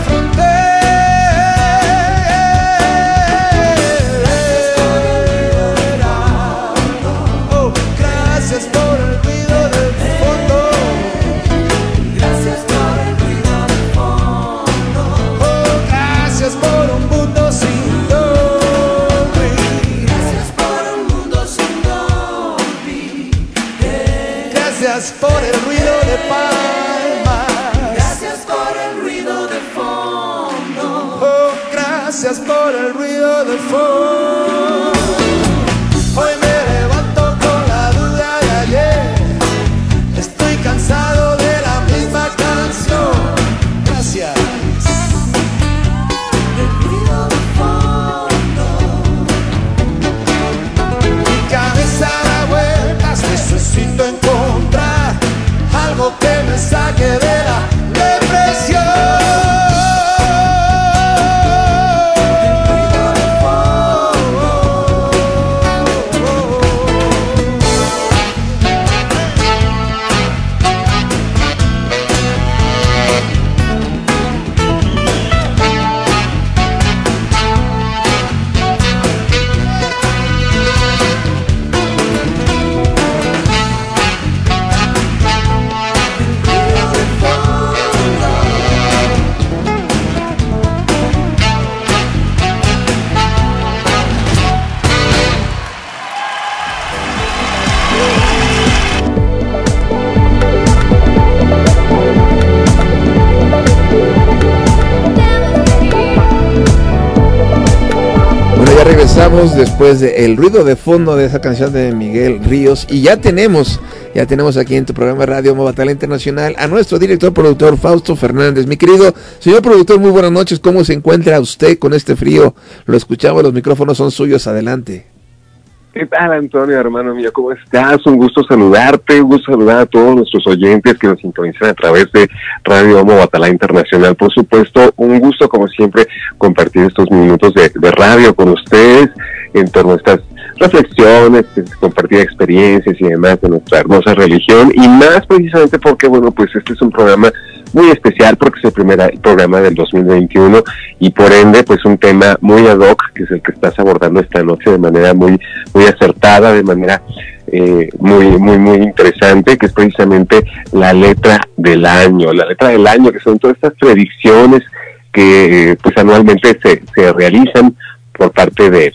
frontera. Oh, gracias por el ruido del fondo. Gracias por el ruido del fondo. Oh, gracias por un mundo sin Dolby. Gracias por un mundo sin Dolby. Gracias por el ruido de palmas. Gracias por el ruido de fondo. Oh, gracias por el ruido de fondo. Hoy me levanto con la duda de ayer. Estoy cansado de la misma canción. Gracias. El ruido de fondo. Mi cabeza da vueltas, necesito encontrar algo que me saque de la depresión. Regresamos después de el ruido de fondo de esa canción de Miguel Ríos y ya tenemos aquí en tu programa de Radio Homo Batalá Internacional a nuestro director productor Fausto Fernández. Mi querido señor productor, muy buenas noches. ¿Cómo se encuentra usted con este frío? Lo escuchamos, los micrófonos son suyos, adelante. ¿Qué tal, Antonio, hermano mío? ¿Cómo estás? Un gusto saludarte, un gusto saludar a todos nuestros oyentes que nos sintonizan a través de Radio Homo Batalá Internacional. Por supuesto, un gusto, como siempre, compartir estos minutos de radio con ustedes en torno a estas reflexiones, compartir experiencias y demás de nuestra hermosa religión, y más precisamente porque, bueno, pues este es un programa muy especial porque es el primer programa del 2021 y por ende pues un tema muy ad hoc, que es el que estás abordando esta noche de manera muy acertada, de manera muy interesante, que es precisamente la letra del año, que son todas estas predicciones que pues anualmente se realizan por parte de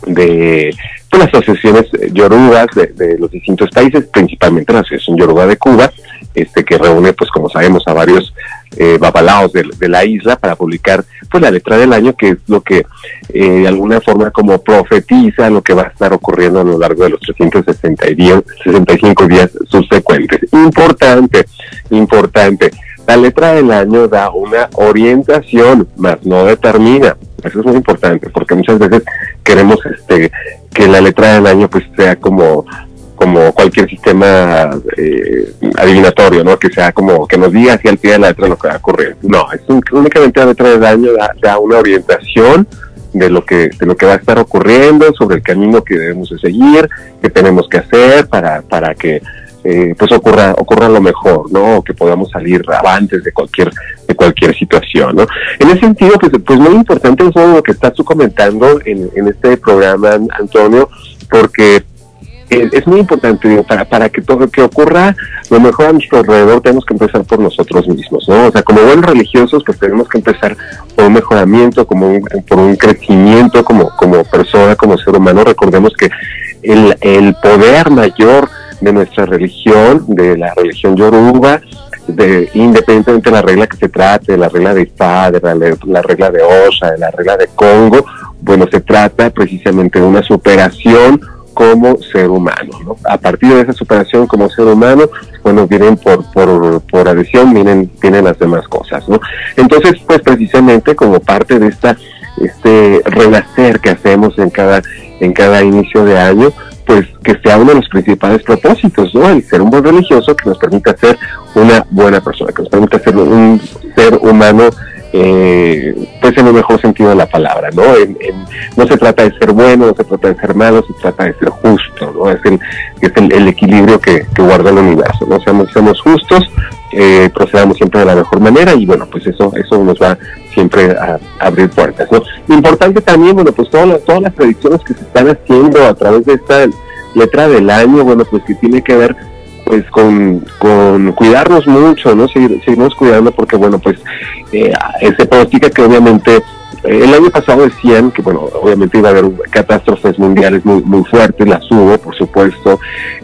las asociaciones yorubas de los distintos países, principalmente la Asociación Yoruba de Cuba, que reúne, pues como sabemos, a varios babalaos de la isla para publicar pues la letra del año, que es lo que de alguna forma como profetiza lo que va a estar ocurriendo a lo largo de los 365 días subsecuentes. Importante. La letra del año da una orientación, más no determina. Eso es muy importante, porque muchas veces queremos que la letra del año pues sea como cualquier sistema adivinatorio, ¿no? Que sea como que nos diga así al pie de la letra lo que va a ocurrir. No, es únicamente la letra del año da una orientación de lo que va a estar ocurriendo, sobre el camino que debemos de seguir, que tenemos que hacer para que pues ocurra lo mejor, ¿no? O que podamos salir avantes de cualquier situación, ¿no? En ese sentido, pues muy importante eso lo que estás tú comentando en este programa, Antonio, porque es muy importante, digo, para que todo que ocurra lo mejor a nuestro alrededor, tenemos que empezar por nosotros mismos, ¿no? O sea, como buenos religiosos, pues tenemos que empezar por un mejoramiento, por un crecimiento como persona, como ser humano. Recordemos que el poder mayor de nuestra religión, de la religión yoruba, independientemente de la regla que se trate, de la regla de Ifá, de la regla de Osha, de la regla de Congo, bueno, se trata precisamente de una superación como ser humano, ¿no? A partir de esa superación como ser humano, bueno, vienen por adhesión, vienen las demás cosas, ¿no? Entonces, pues precisamente como parte de este renacer que hacemos en cada inicio de año, pues que sea uno de los principales propósitos, ¿no? El ser un buen religioso que nos permita ser una buena persona, que nos permita ser un ser humano pues en el mejor sentido de la palabra, ¿no? No se trata de ser bueno, no se trata de ser malo, se trata de ser justo, ¿no? Es el equilibrio que guarda el universo, ¿no? Seamos justos, procedamos siempre de la mejor manera y bueno, pues eso nos va siempre a abrir puertas, ¿no? Importante también, bueno, pues todas las predicciones que se están haciendo a través de esta letra del año, bueno, pues que tiene que ver pues con cuidarnos mucho, ¿no? Seguirnos cuidando porque, bueno, pues se pronostica que obviamente el año pasado decían que, bueno, obviamente iba a haber catástrofes mundiales muy fuertes, las hubo, por supuesto,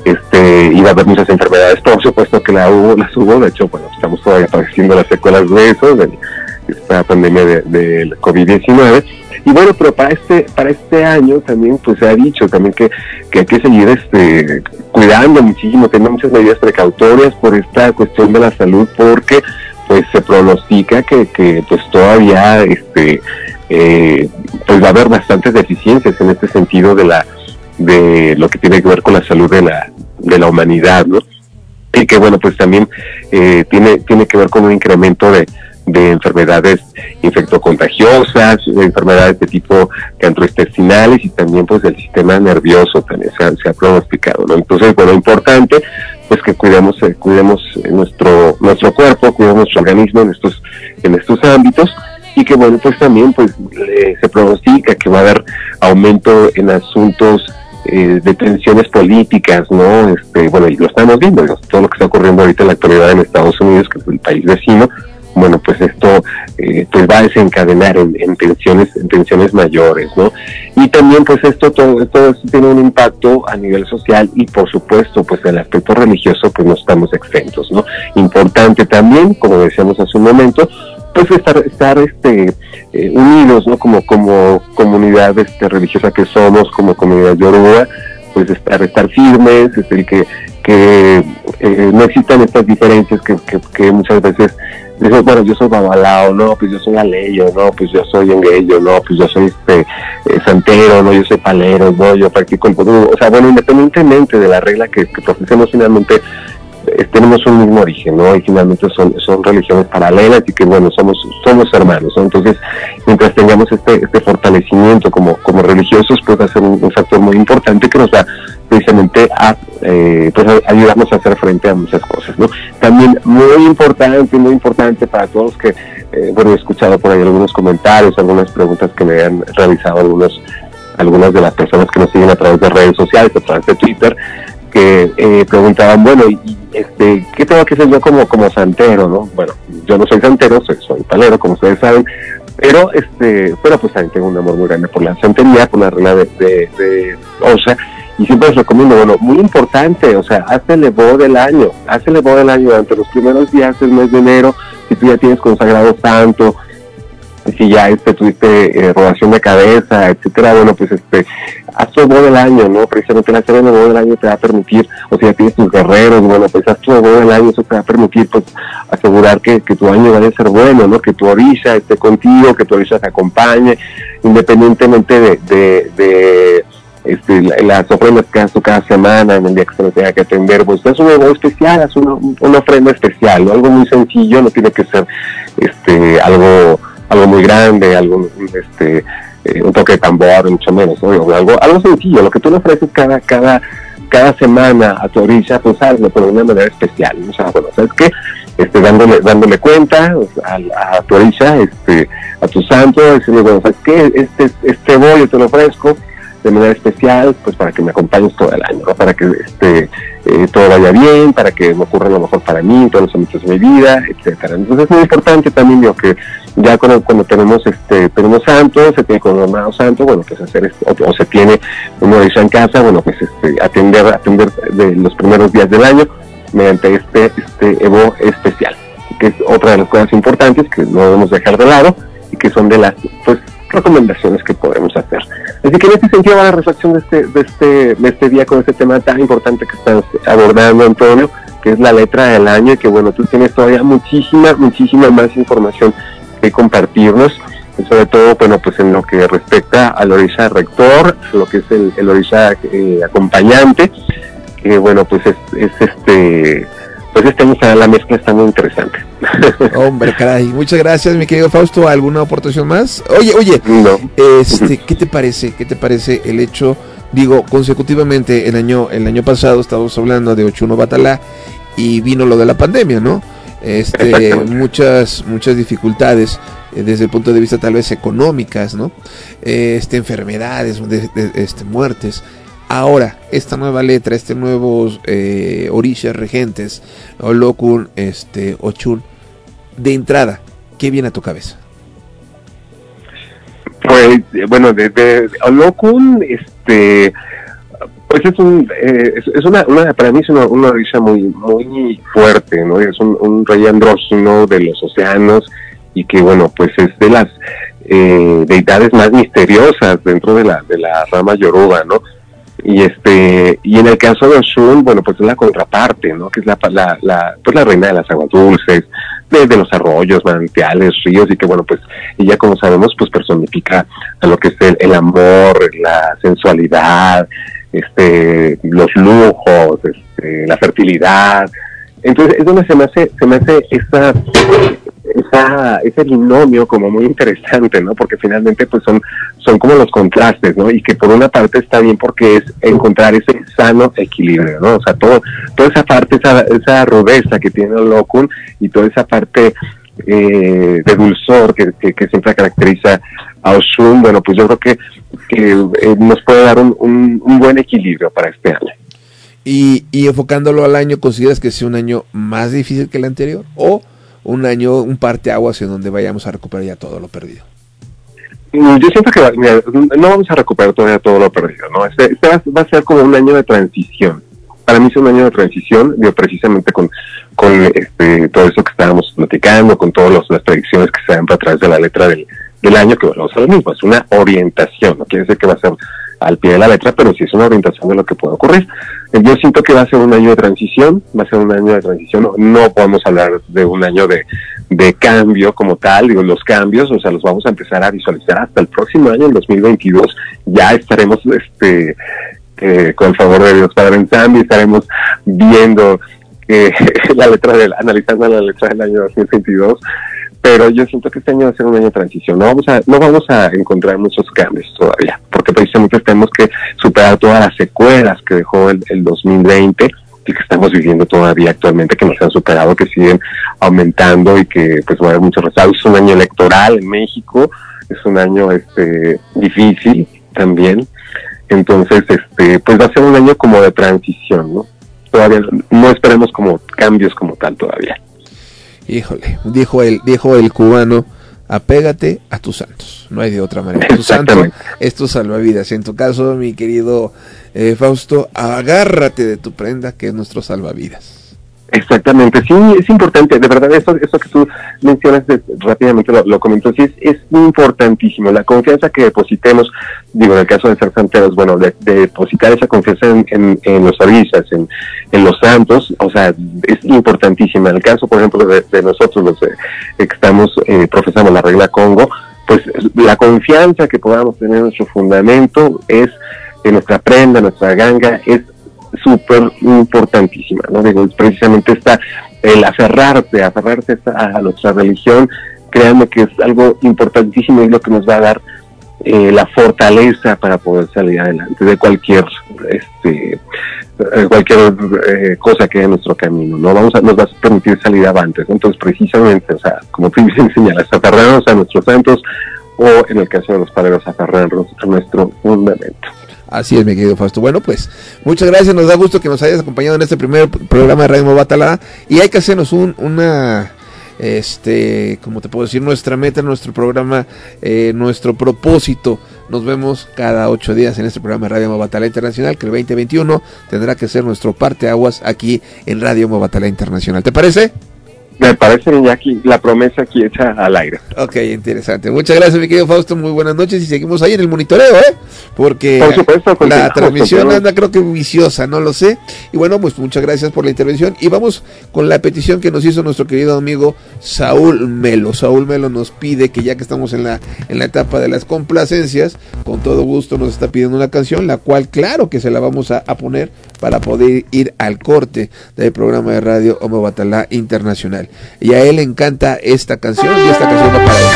iba a haber muchas enfermedades, por supuesto que las hubo, de hecho, bueno, estamos todavía padeciendo las secuelas de eso, de esta pandemia del COVID-19, y bueno, pero para este año también pues se ha dicho también que hay que seguir cuidando muchísimo, tener muchas medidas precautorias por esta cuestión de la salud, porque pues se pronostica que pues todavía pues va a haber bastantes deficiencias en este sentido de lo que tiene que ver con la salud de la humanidad, ¿no? Y que bueno, pues también tiene que ver con un incremento de enfermedades infectocontagiosas, enfermedades de tipo gastrointestinales y también pues del sistema nervioso también se ha pronosticado, ¿no? Entonces, bueno, importante pues que cuidemos nuestro cuerpo, cuidemos nuestro organismo en estos ámbitos, y que bueno, pues también pues se pronostica que va a haber aumento en asuntos de tensiones políticas, ¿no? Bueno, y lo estamos viendo, todo lo que está ocurriendo ahorita en la actualidad en Estados Unidos, que es el país vecino. Bueno, pues esto pues va a desencadenar en tensiones mayores, ¿no? Y también pues todo esto tiene un impacto a nivel social y por supuesto pues el aspecto religioso pues no estamos exentos, ¿no? Importante también, como decíamos hace un momento, pues estar unidos, ¿no? Como comunidad religiosa que somos, como comunidad yoruba, pues estar firmes, que no existan estas diferencias que muchas veces dices, bueno, yo soy babalao, no, pues yo soy aleyo, no, pues yo soy engueyo, no, pues yo soy santero, no, yo soy palero, no, yo practico el vudú. O sea, bueno, independientemente de la regla que profesemos, finalmente tenemos un mismo origen, ¿no? Y finalmente son religiones paralelas y que, bueno, somos hermanos, ¿no? Entonces, mientras tengamos este fortalecimiento como religiosos, pues va a ser un factor muy importante que nos va precisamente a ayudarnos a hacer frente a muchas cosas, ¿no? También muy importante para todos que, bueno, he escuchado por ahí algunos comentarios, algunas preguntas que me han realizado algunas de las personas que nos siguen a través de redes sociales, a través de Twitter, que preguntaban, bueno, ¿qué tengo que hacer yo como santero, no? Bueno, yo no soy santero, soy palero, como ustedes saben, pero pues también tengo un amor muy grande por la santería, por la regla de Osha, y siempre les recomiendo, bueno, muy importante, o sea, hazle voz del año durante los primeros días del mes de enero, si tú ya tienes consagrado santo, si ya tuviste rodación de cabeza, etcétera, bueno, pues haz tu voz del año, ¿no? Precisamente la serie de voz del año te va a permitir, o si ya tienes tus guerreros, bueno, pues haz tu voz del año, eso te va a permitir, pues, asegurar que tu año vaya a ser bueno, ¿no? Que tu orisha esté contigo, que tu orisha te acompañe, independientemente de las ofrendas que hagas tú cada semana, en el día que se le tenga que atender, pues es una voz especial, es una ofrenda especial, ¿no? Algo muy sencillo, no tiene que ser algo muy grande, un toque de tambor, mucho menos, ¿no? Algo sencillo, lo que tú le ofreces cada semana a tu orilla, pues hazlo, pero de una manera especial, ¿no? O sea, bueno, ¿sabes qué? Dándole cuenta a tu orilla, a tu santo, decirle, bueno, ¿sabes qué? Este bollo te lo ofrezco de manera especial, pues para que me acompañes todo el año, ¿no? Para que todo vaya bien, para que me ocurra lo mejor para mí, en todos los ámbitos de mi vida, etcétera. Entonces es muy importante también, digo, que ya cuando tenemos santo, se tiene coronado santo, bueno, pues hacer o se tiene un orisha en casa, bueno, pues atender de los primeros días del año mediante este Evo especial, que es otra de las cosas importantes que no debemos dejar de lado y que son de las, pues, recomendaciones que podemos hacer. Así que en este sentido va la reflexión de este día con este tema tan importante que estás abordando, Antonio, que es la letra del año, y que bueno, tú tienes todavía muchísima más información que compartirnos, y sobre todo, bueno, pues en lo que respecta al orisha rector, lo que es el orisha acompañante, que bueno, pues pues este año la mezcla está muy interesante. Hombre, caray, muchas gracias, mi querido Fausto. ¿Alguna aportación más? Oye, No. ¿qué te parece el hecho, digo, consecutivamente el año pasado estábamos hablando de 8-1 Batalá y vino lo de la pandemia, ¿no? Muchas dificultades desde el punto de vista tal vez económicas, ¿no? Enfermedades, muertes. Ahora, esta nueva letra, nuevos orishas regentes, Olokun, Ochun, de entrada, ¿qué viene a tu cabeza? Pues, bueno, de Olokun, pues es una para mí es una orisha muy fuerte, ¿no? Es un rey andrógino de los océanos y que, bueno, pues es de las deidades más misteriosas dentro de la rama yoruba, ¿no? Y en el caso de Oshun, bueno, pues es la contraparte, ¿no? Que es pues la reina de las aguas dulces, de los arroyos, manantiales, ríos, y que, bueno, pues ella, como sabemos, pues personifica a lo que es el amor, la sensualidad, los lujos, la fertilidad. Entonces es donde se me hace ese binomio como muy interesante, ¿no? Porque finalmente pues son como los contrastes, ¿no? Y que por una parte está bien porque es encontrar ese sano equilibrio, ¿no? O sea, toda esa parte, esa rudeza que tiene Olokun y toda esa parte de dulzor que siempre caracteriza a Oshun, bueno, pues yo creo que nos puede dar un buen equilibrio para este año. Y enfocándolo al año, ¿consideras que sea un año más difícil que el anterior? ¿O un parteaguas en donde vayamos a recuperar ya todo lo perdido? Yo siento que no vamos a recuperar todavía todo lo perdido, ¿no? Va a ser como un año de transición. Para mí es un año de transición, precisamente con todo eso que estábamos platicando, con todas las predicciones que se dan a través de la letra del año, que bueno, es lo mismo, es una orientación, no quiere decir que va a ser al pie de la letra, pero sí es una orientación de lo que puede ocurrir. Yo siento que va a ser un año de transición, no podemos hablar de un año de cambio como tal, digo, los cambios, o sea, los vamos a empezar a visualizar hasta el próximo año, el 2022, ya estaremos, con el favor de Dios Padre Nzambi, estaremos viendo analizando la letra del año 2022, pero yo siento que este año va a ser un año de transición. No vamos a encontrar muchos cambios todavía, porque precisamente tenemos que superar todas las secuelas que dejó el 2020 y que estamos viviendo todavía actualmente, que no se han superado, que siguen aumentando y que pues va a haber muchos rezagos. Es un año electoral en México, es un año difícil también, entonces pues va a ser un año como de transición, ¿no? Todavía no esperemos como cambios como tal todavía. Híjole, dijo el cubano, apégate a tus santos, no hay de otra manera. Tu santo es tu salvavidas. En tu caso, mi querido Fausto, agárrate de tu prenda, que es nuestro salvavidas. Exactamente, sí, es importante, de verdad, eso que tú mencionas rápidamente lo comento, sí, es importantísimo, la confianza que depositemos, digo, en el caso de ser santeros, bueno, de depositar esa confianza en los orishas, en los santos, o sea, es importantísima. En el caso, por ejemplo, de nosotros, los que estamos, profesamos la regla Congo, pues la confianza que podamos tener en nuestro fundamento es, en nuestra prenda, nuestra ganga, es súper importantísima, ¿no? Digo, precisamente el aferrarse a nuestra religión, créanme que es algo importantísimo y lo que nos va a dar la fortaleza para poder salir adelante de cualquier cosa que haya en nuestro camino, ¿no? nos va a permitir salir avantes, ¿no? Entonces, precisamente, o sea, como tú bien señalas, aferrarnos a nuestros santos, o en el caso de los padres, aferrarnos a nuestro fundamento. Así es, mi querido Fausto. Bueno, pues, muchas gracias, nos da gusto que nos hayas acompañado en este primer programa de Radio Omo Batalá, y hay que hacernos una, como te puedo decir, nuestra meta, nuestro programa, nuestro propósito. Nos vemos cada 8 días en este programa de Radio Omo Batalá Internacional, que el 2021 tendrá que ser nuestro parteaguas aquí en Radio Omo Batalá Internacional. ¿Te parece? Me parece, Iñaki, la promesa aquí hecha al aire. Ok, interesante. Muchas gracias, mi querido Fausto, muy buenas noches, y seguimos ahí en el monitoreo, porque Por supuesto, la continuamos, transmisión continuamos. anda creo que viciosa, no lo sé. Y bueno, pues muchas gracias por la intervención y vamos con la petición que nos hizo nuestro querido amigo Saúl Melo. Saúl Melo nos pide que ya que estamos en la etapa de las complacencias, con todo gusto nos está pidiendo una canción, la cual claro que se la vamos a poner para poder ir al corte del programa de radio Homo Batalá Internacional. Y a él le encanta esta canción y esta canción va para él.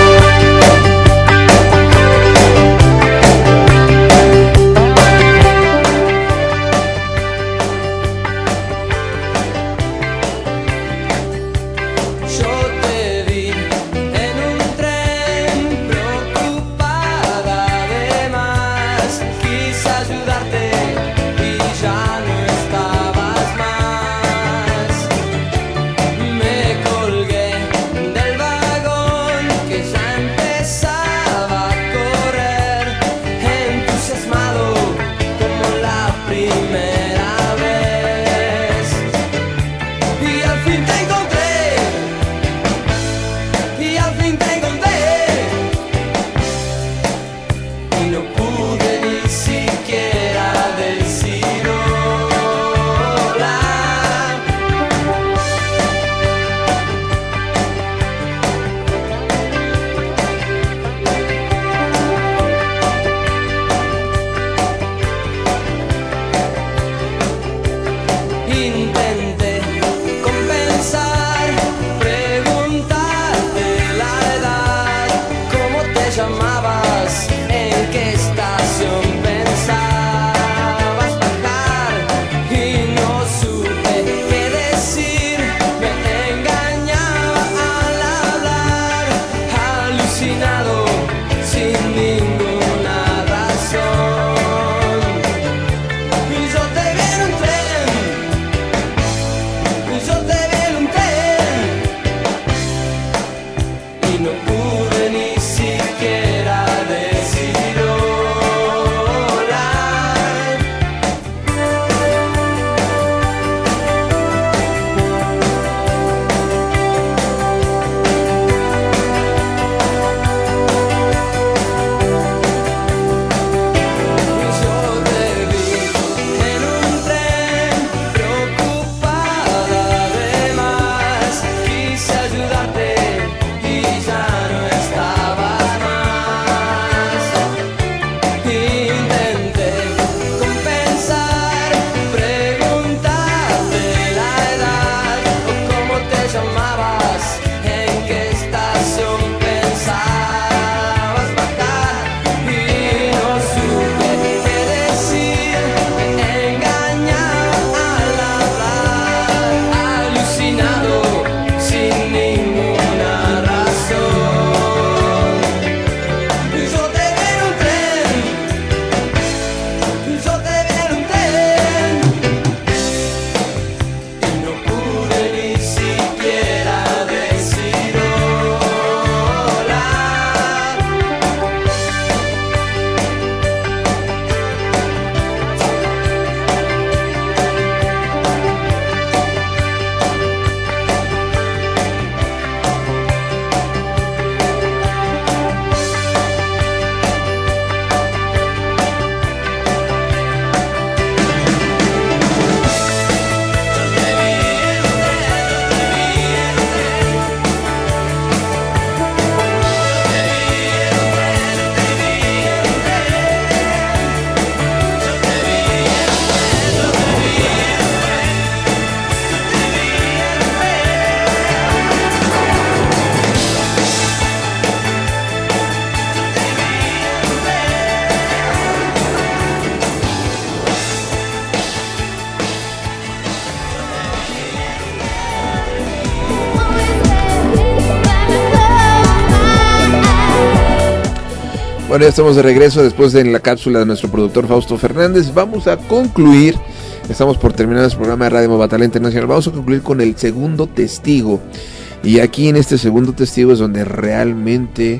Bueno, ya estamos de regreso después de la cápsula de nuestro productor Fausto Fernández. Vamos a concluir, estamos por terminar nuestro programa de Radio Homo Batalá Internacional. Vamos a concluir con el segundo testigo. Y aquí en este segundo testigo es donde realmente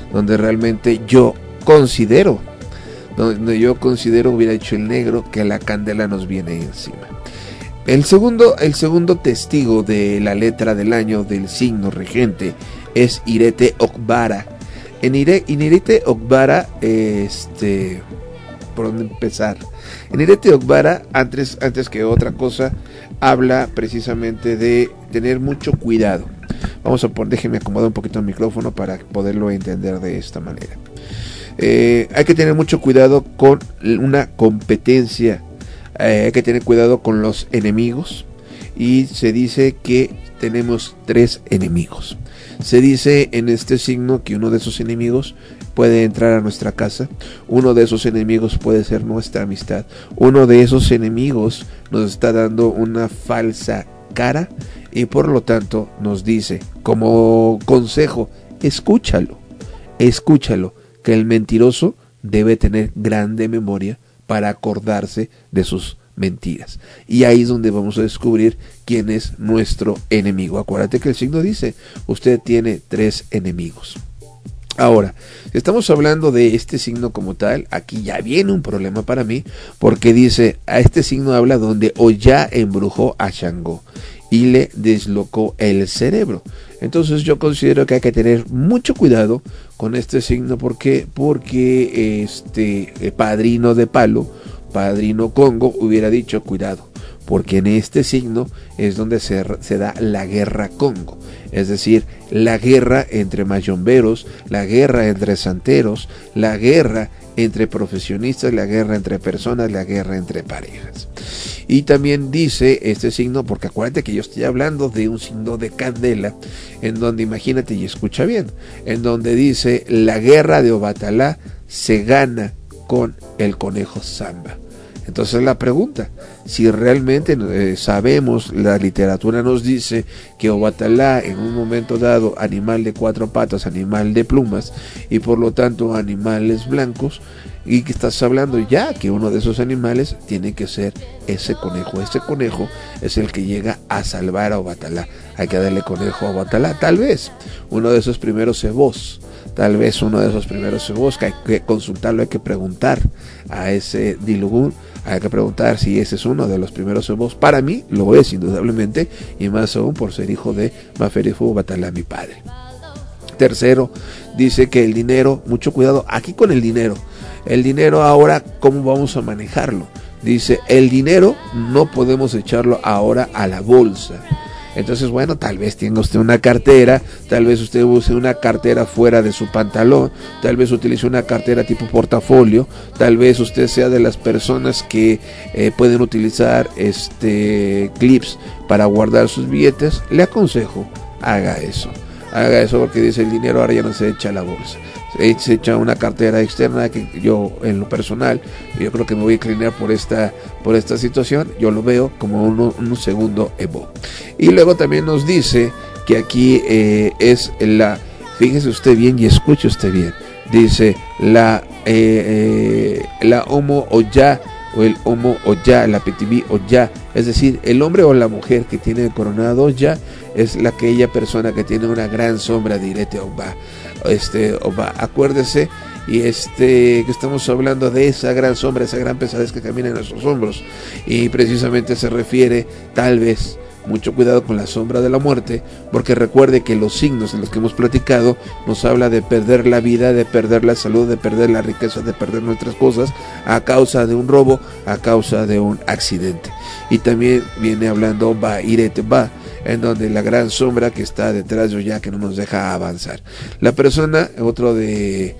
yo considero hubiera dicho el negro que la candela nos viene encima. El segundo testigo de la letra del año del signo regente es Irete Okbara. En Irete Okbara, ¿por dónde empezar? En Irete Okbara, antes que otra cosa, habla precisamente de tener mucho cuidado. Déjenme acomodar un poquito el micrófono para poderlo entender de esta manera. Hay que tener mucho cuidado con una competencia, hay que tener cuidado con los enemigos, y se dice que tenemos 3 enemigos. Se dice en este signo que uno de esos enemigos puede entrar a nuestra casa, uno de esos enemigos puede ser nuestra amistad, uno de esos enemigos nos está dando una falsa cara, y por lo tanto nos dice como consejo, escúchalo, que el mentiroso debe tener grande memoria para acordarse de sus mentiras. Y ahí es donde vamos a descubrir quién es nuestro enemigo. Acuérdate que el signo dice, usted tiene 3 enemigos. Ahora, si estamos hablando de este signo como tal, aquí ya viene un problema para mí, porque dice, a este signo habla donde Oya embrujó a Shango y le deslocó el cerebro. Entonces yo considero que hay que tener mucho cuidado con este signo. Porque padrino de palo, padrino Congo, hubiera dicho cuidado, porque en este signo es donde se da la guerra Congo, es decir, la guerra entre mayomberos, la guerra entre santeros, la guerra entre profesionistas, la guerra entre personas, la guerra entre parejas. Y también dice este signo, porque acuérdate que yo estoy hablando de un signo de candela, en donde, imagínate y escucha bien, en donde dice, la guerra de Obatalá se gana con el conejo Zamba. Entonces la pregunta, si realmente sabemos, la literatura nos dice que Obatalá en un momento dado, animal de 4 patas, animal de plumas, y por lo tanto animales blancos, y que estás hablando ya que uno de esos animales tiene que ser ese conejo. Ese conejo es el que llega a salvar a Obatalá. Hay que darle conejo a Obatalá, tal vez uno de esos primeros cebos. Tal vez uno de esos primeros cebos, que hay que consultarlo, hay que preguntar a ese Dilugún, hay que preguntar si ese es uno de los primeros cebos. Para mí lo es, indudablemente, y más aún por ser hijo de Maferifu Obatalá, mi padre. Tercero, dice que el dinero, mucho cuidado aquí con el dinero. El dinero ahora, ¿cómo vamos a manejarlo? Dice, el dinero no podemos echarlo ahora a la bolsa. Entonces, bueno, tal vez tenga usted una cartera, tal vez usted use una cartera fuera de su pantalón, tal vez utilice una cartera tipo portafolio, tal vez usted sea de las personas que pueden utilizar clips para guardar sus billetes. Le aconsejo, haga eso porque dice, el dinero ahora ya no se echa a la bolsa, se echa una cartera externa, que yo en lo personal, yo creo que me voy a inclinar por esta situación. Yo lo veo como un segundo Evo. Y luego también nos dice que aquí es fíjese usted bien y escuche usted bien, dice la Homo Oya, o el Homo Oya, la Petibi Oya, es decir, el hombre o la mujer que tiene coronado Oya es aquella persona que tiene una gran sombra de Irete Oba. Oba, acuérdese, y que estamos hablando de esa gran sombra, esa gran pesadez que camina en nuestros hombros, y precisamente se refiere, tal vez, mucho cuidado con la sombra de la muerte, porque recuerde que los signos en los que hemos platicado nos habla de perder la vida, de perder la salud, de perder la riqueza, de perder nuestras cosas a causa de un robo, a causa de un accidente. Y también viene hablando Ba Irete Ba, en donde la gran sombra que está detrás de Oya, que no nos deja avanzar. La persona, otro de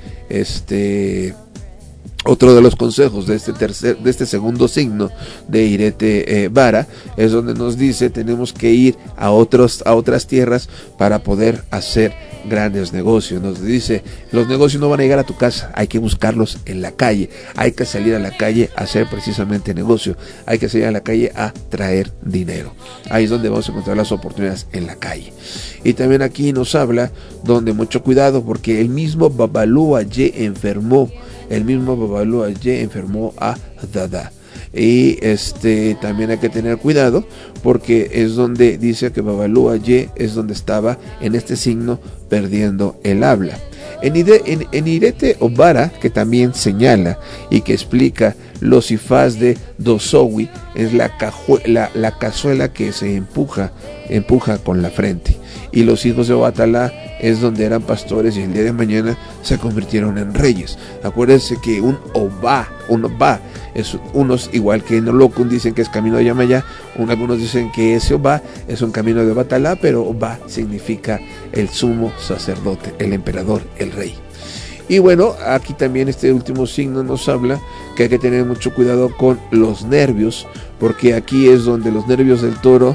los consejos de este segundo signo de Irete Vara, es donde nos dice, tenemos que ir a otras tierras para poder hacer grandes negocios. Nos dice, los negocios no van a llegar a tu casa, hay que buscarlos en la calle, hay que salir a la calle a hacer precisamente negocio, hay que salir a la calle a traer dinero. Ahí es donde vamos a encontrar las oportunidades, en la calle. Y también aquí nos habla donde mucho cuidado, porque el mismo Babalú Aye enfermó a Dada. Y también hay que tener cuidado, porque es donde dice que Babalú Aye es donde estaba en este signo perdiendo el habla. En Irete Obara, que también señala y que explica los ifás de Dosowi, es la cazuela que se empuja con la frente. y los hijos de Obatalá es donde eran pastores y el día de mañana se convirtieron en reyes. Acuérdense que un Obá es unos, igual que en Olokun dicen que es camino de Yamayá, algunos dicen que ese Obá es un camino de Obatalá, pero Obá significa el sumo sacerdote, el emperador, el rey. Y bueno, aquí también este último signo nos habla que hay que tener mucho cuidado con los nervios, porque aquí es donde los nervios del toro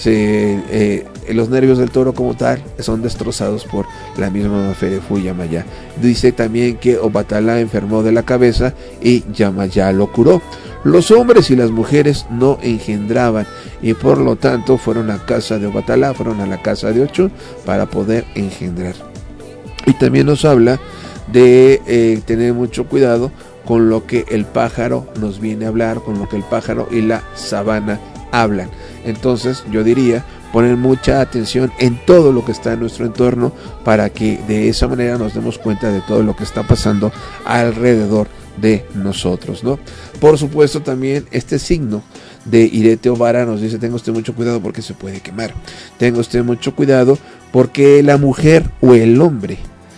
los nervios del toro como tal son destrozados por la misma Maferefu Yamayá. Dice también que Obatalá enfermó de la cabeza y Yamayá lo curó. Los hombres y las mujeres no engendraban y por lo tanto fueron a casa de Obatalá, fueron a la casa de Ochun para poder engendrar. Y también nos habla de tener mucho cuidado con lo que el pájaro nos viene a hablar, con lo que el pájaro y la sabana hablan. Entonces yo diría poner mucha atención en todo lo que está en nuestro entorno para que de esa manera nos demos cuenta de todo lo que está pasando alrededor de nosotros, ¿no? Por supuesto también este signo de Irete Obara nos dice: tenga usted mucho cuidado porque se puede quemar, tenga usted mucho cuidado porque la mujer o el hombre,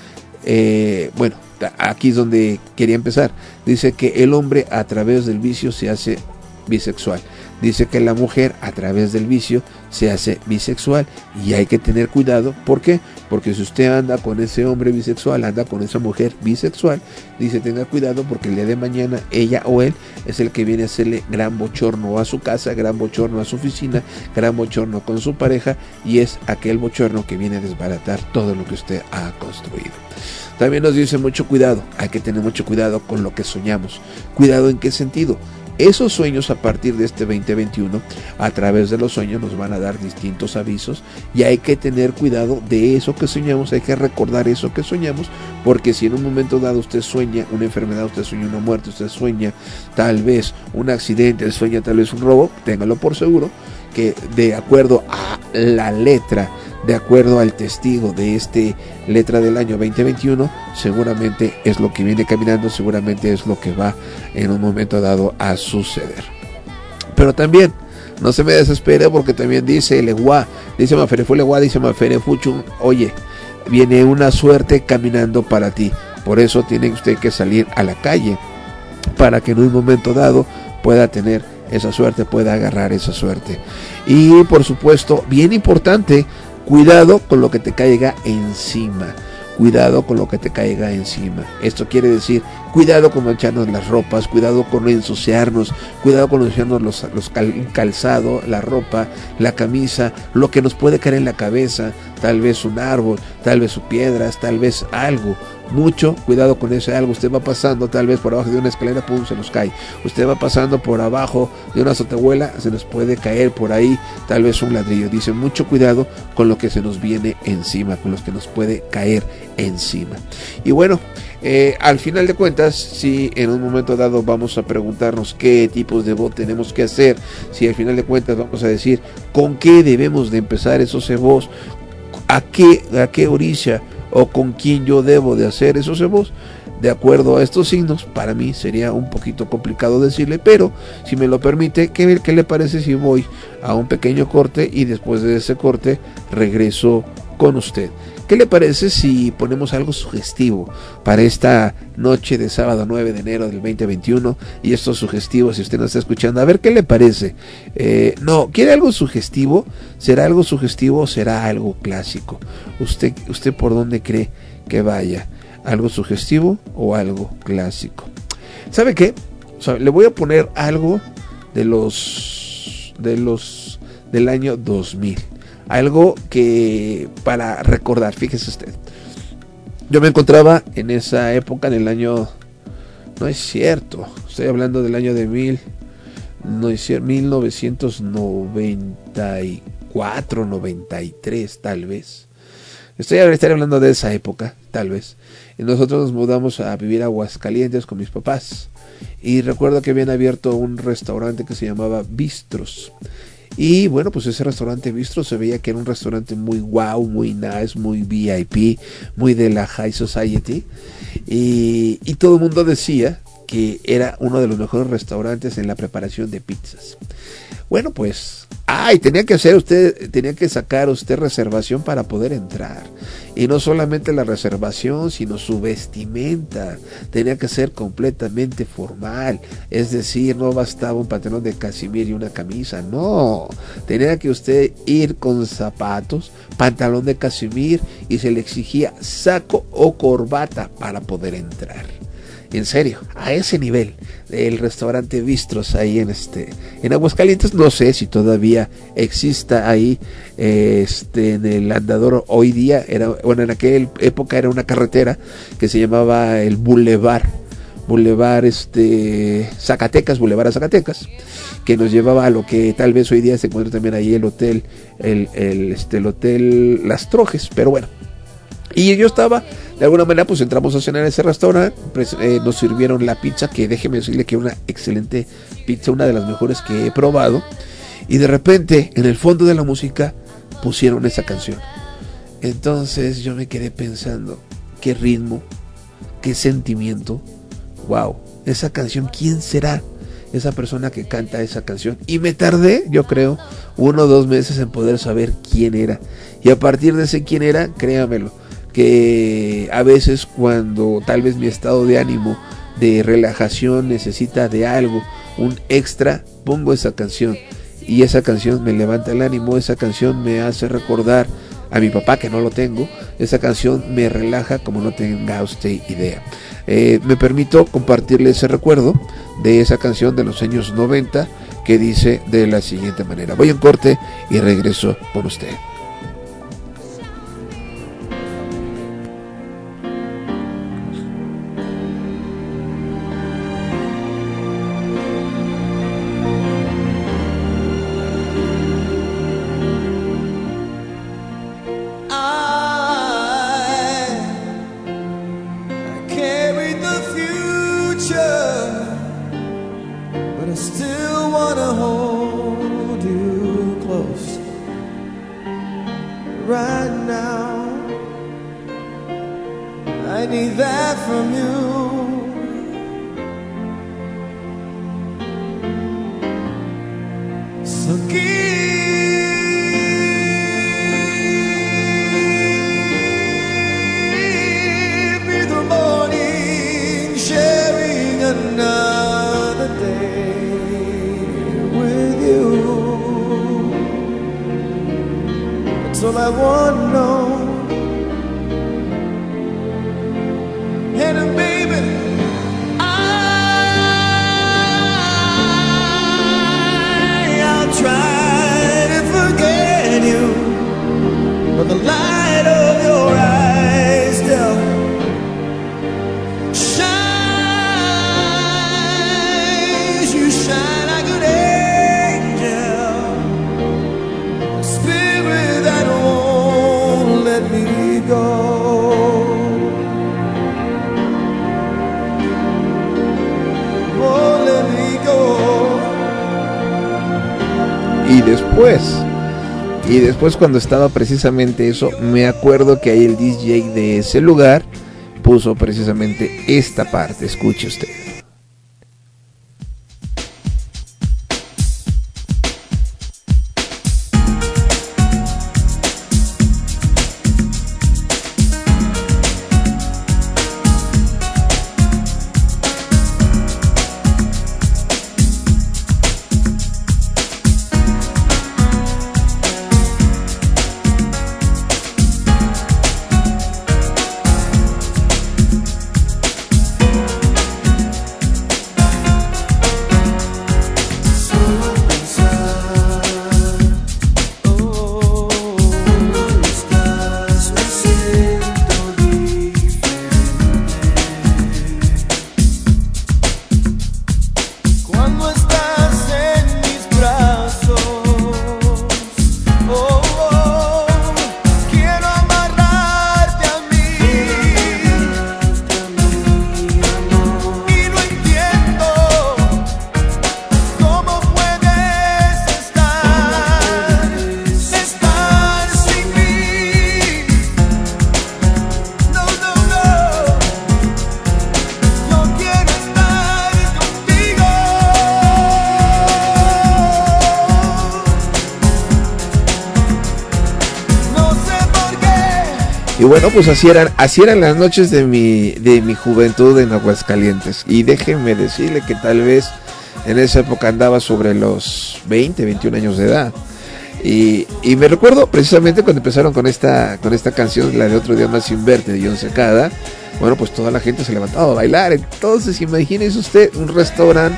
bueno, aquí es donde quería empezar. Dice que el hombre a través del vicio se hace bisexual. Dice que la mujer a través del vicio se hace bisexual y hay que tener cuidado. ¿Por qué? Porque si usted anda con ese hombre bisexual, anda con esa mujer bisexual, dice tenga cuidado porque el día de mañana ella o él es el que viene a hacerle gran bochorno a su casa, gran bochorno a su oficina, gran bochorno con su pareja, y es aquel bochorno que viene a desbaratar todo lo que usted ha construido. También nos dice mucho cuidado, hay que tener mucho cuidado con lo que soñamos. ¿Cuidado en qué sentido? Esos sueños a partir de este 2021, a través de los sueños nos van a dar distintos avisos y hay que tener cuidado de eso que soñamos, hay que recordar eso que soñamos, porque si en un momento dado usted sueña una enfermedad, usted sueña una muerte, usted sueña tal vez un accidente, sueña tal vez un robo, téngalo por seguro que de acuerdo a la letra, de acuerdo al testigo de este letra del año 2021, seguramente es lo que viene caminando, seguramente es lo que va en un momento dado a suceder. Pero también no se me desespere porque también dice Leguá, dice Maferefu Leguá, dice Maferefu Chun, oye, viene una suerte caminando para ti, por eso tiene usted que salir a la calle para que en un momento dado pueda tener esa suerte, pueda agarrar esa suerte. Y por supuesto, bien importante, cuidado con lo que te caiga encima. Cuidado con lo que te caiga encima. Esto quiere decir, cuidado con mancharnos las ropas, cuidado con ensuciarnos, cuidado con ensuciarnos los calzado, la ropa, la camisa, lo que nos puede caer en la cabeza, tal vez un árbol, tal vez piedras, tal vez algo. Mucho cuidado con ese algo. Usted va pasando tal vez por abajo de una escalera, pum, se nos cae. Usted va pasando por abajo de una azotehuela, se nos puede caer por ahí tal vez un ladrillo. Dice mucho cuidado con lo que se nos viene encima, con lo que nos puede caer encima. Y bueno, al final de cuentas, si en un momento dado vamos a preguntarnos qué tipos de voz tenemos que hacer, si al final de cuentas vamos a decir con qué debemos de empezar esos cebos, a qué orilla o con quién yo debo de hacer esos cebos, de acuerdo a estos signos, para mí sería un poquito complicado decirle, pero si me lo permite, ¿qué le parece si voy a un pequeño corte y después de ese corte regreso con usted? ¿Qué le parece si ponemos algo sugestivo para esta noche de sábado 9 de enero del 2021? Y esto es sugestivo, si usted nos está escuchando, a ver qué le parece. No, ¿quiere algo sugestivo? ¿Será algo sugestivo o será algo clásico? ¿Usted por dónde cree que vaya? ¿Algo sugestivo o algo clásico? ¿Sabe qué? O sea, le voy a poner algo del año 2000. Algo que para recordar, fíjese usted. Yo me encontraba en esa época, en el año, no es cierto, estoy hablando del año de 1994, 93 tal vez. Estaré hablando de esa época, tal vez. Y nosotros nos mudamos a vivir a Aguascalientes con mis papás. Y recuerdo que habían abierto un restaurante que se llamaba Bistros. Y bueno, pues ese restaurante Bistro se veía que era un restaurante muy wow, muy nice, muy VIP, muy de la high society. Y todo el mundo decía que era uno de los mejores restaurantes en la preparación de pizzas. Bueno, pues, tenía que sacar usted reservación para poder entrar. Y no solamente la reservación, sino su vestimenta. Tenía que ser completamente formal. Es decir, no bastaba un pantalón de casimir y una camisa. No, tenía que usted ir con zapatos, pantalón de casimir, y se le exigía saco o corbata para poder entrar. En serio, a ese nivel, el restaurante Bistros ahí en Aguascalientes, no sé si todavía exista ahí, en el Andador hoy día, en aquella época era una carretera que se llamaba el Boulevard Zacatecas, Boulevard a Zacatecas, que nos llevaba a lo que tal vez hoy día se encuentra también ahí el hotel, el hotel Las Trojes, pero bueno. Y yo estaba, de alguna manera, pues entramos a cenar en ese restaurante, nos sirvieron la pizza, que déjeme decirle que era una excelente pizza, una de las mejores que he probado, y de repente, en el fondo de la música, pusieron esa canción. Entonces yo me quedé pensando, qué ritmo, qué sentimiento, wow, esa canción, ¿quién será esa persona que canta esa canción? Y me tardé, yo creo, 1 o 2 meses en poder saber quién era, y a partir de ese quién era, créamelo, que a veces cuando tal vez mi estado de ánimo de relajación necesita de algo, un extra, pongo esa canción y esa canción me levanta el ánimo, esa canción me hace recordar a mi papá, que no lo tengo, esa canción me relaja como no tenga usted idea. Me permito compartirle ese recuerdo de esa canción de los años 90 que dice de la siguiente manera. Voy en corte y regreso por usted. Y después cuando estaba precisamente eso, me acuerdo que ahí el DJ de ese lugar puso precisamente esta parte. Escuche usted. Y bueno, pues así eran las noches de mi juventud en Aguascalientes. Y déjenme decirle que tal vez en esa época andaba sobre los 20, 21 años de edad. Y me recuerdo precisamente cuando empezaron con esta canción, la de Otro Día Más Sin Verte, de John Secada. Bueno, pues toda la gente se levantaba a bailar. Entonces imagínese usted un restaurante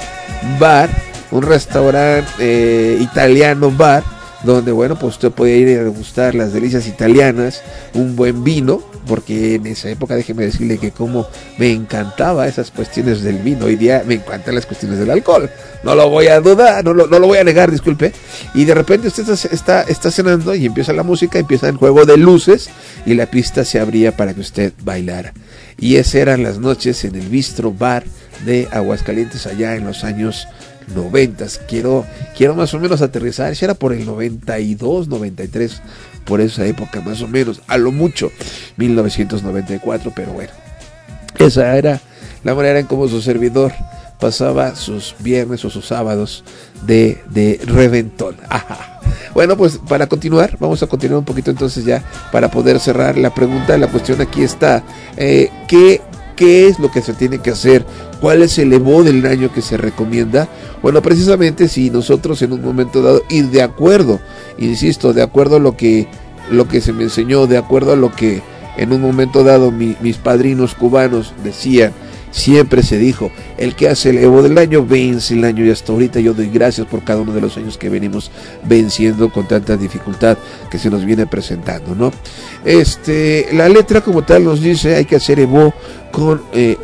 italiano bar, donde bueno, pues usted podía ir a degustar las delicias italianas, un buen vino, porque en esa época déjeme decirle que como me encantaba esas cuestiones del vino. Hoy día me encantan las cuestiones del alcohol, no lo voy a dudar, no lo voy a negar, disculpe. Y de repente usted está cenando y empieza la música, empieza el juego de luces y la pista se abría para que usted bailara. Y esas eran las noches en el Bistro Bar de Aguascalientes allá en los años 90. Quiero más o menos aterrizar, si era por el 92, 93, por esa época más o menos, a lo mucho 1994, pero bueno, esa era la manera en cómo su servidor pasaba sus viernes o sus sábados de reventón. Ajá. Bueno, pues para continuar, vamos a continuar un poquito entonces ya para poder cerrar la pregunta. La cuestión aquí está, ¿qué es lo que se tiene que hacer? ¿Cuál es el EVO del año que se recomienda? Bueno, precisamente si nosotros en un momento dado, y de acuerdo, insisto, de acuerdo a lo que se me enseñó, de acuerdo a lo que en un momento dado mis padrinos cubanos decían, siempre se dijo, el que hace el EVO del año vence el año, y hasta ahorita yo doy gracias por cada uno de los años que venimos venciendo con tanta dificultad que se nos viene presentando, ¿no? La letra como tal nos dice, hay que hacer EVO con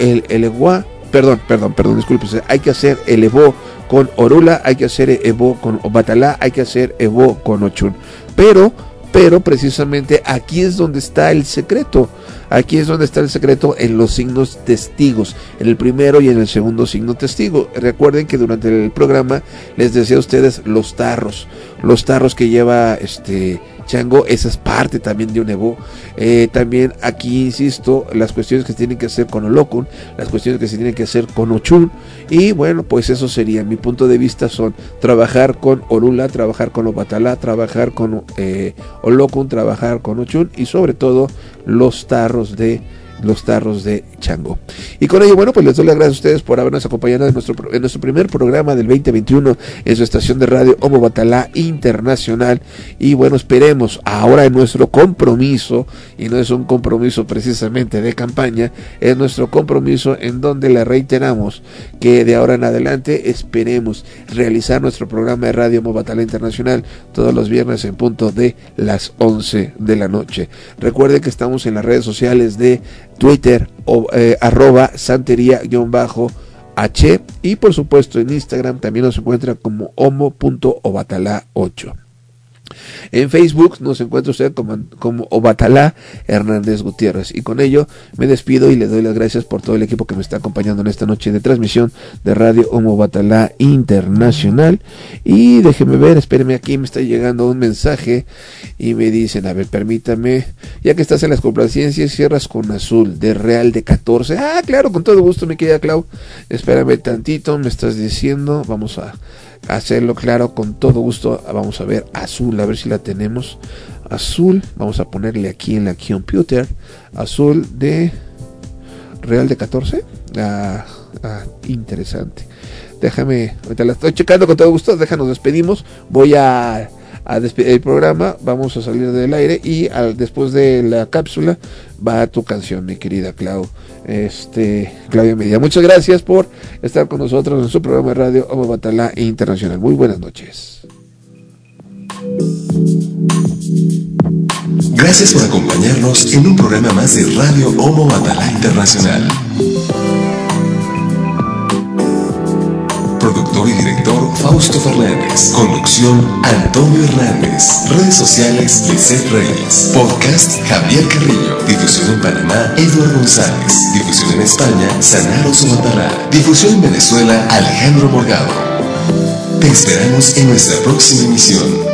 discúlpese, hay que hacer el EVO con Orula, hay que hacer EVO con Obatalá, hay que hacer EVO con Ochun, pero precisamente aquí es donde está el secreto. Aquí es donde está el secreto, en los signos testigos, en el primero y en el segundo signo testigo. Recuerden que durante el programa les decía a ustedes los tarros que lleva Chango, esa es parte también de un EVO. También aquí insisto, las cuestiones que se tienen que hacer con Olokun, las cuestiones que se tienen que hacer con Ochun, y bueno, pues eso sería, mi punto de vista son trabajar con Orula, trabajar con Obatalá, trabajar con Olokun, trabajar con Ochun, y sobre todo los tarros de Chango. Y con ello, bueno, pues les doy las gracias a ustedes por habernos acompañado en nuestro primer programa del 2021 en su estación de radio Omo Batalá Internacional. Y bueno, esperemos ahora en nuestro compromiso, y no es un compromiso precisamente de campaña, es nuestro compromiso en donde le reiteramos que de ahora en adelante esperemos realizar nuestro programa de radio Omo Batalá Internacional todos los viernes en punto de las 11 de la noche. Recuerden que estamos en las redes sociales de Twitter @santería_h, y por supuesto en Instagram también nos encuentra como homo.obatalá8. En Facebook nos encuentra usted como Obatalá Hernández Gutiérrez. Y con ello me despido y le doy las gracias por todo el equipo que me está acompañando en esta noche de transmisión de Radio Omo Batalá Internacional. Y déjeme ver, espéreme, aquí me está llegando un mensaje y me dicen, a ver, permítame, ya que estás en las complacencias, cierras con Azul de Real de 14. Ah, claro, con todo gusto, mi querida Clau. Espérame tantito, me estás diciendo, vamos a hacerlo claro, con todo gusto. Vamos a ver Azul, a ver si la tenemos. Azul, vamos a ponerle aquí en la computer, Azul de Real de 14. Interesante. Déjame, ahorita la estoy checando con todo gusto. Déjanos, despedimos. Voy a despedir el programa, vamos a salir del aire y después de la cápsula va tu canción, mi querida Claudia Medina. Muchas gracias por estar con nosotros en su programa de radio Omo Batalá Internacional. Muy buenas noches. Gracias por acompañarnos en un programa más de Radio Omo Batalá Internacional. Productor y director Fausto Fernández. Conducción Antonio Hernández. Redes sociales Lisette Reyes. Podcast Javier Carrillo. Difusión en Panamá Eduardo González. Difusión en España Sanaro Somatará. Difusión en Venezuela Alejandro Morgado. Te esperamos en nuestra próxima emisión.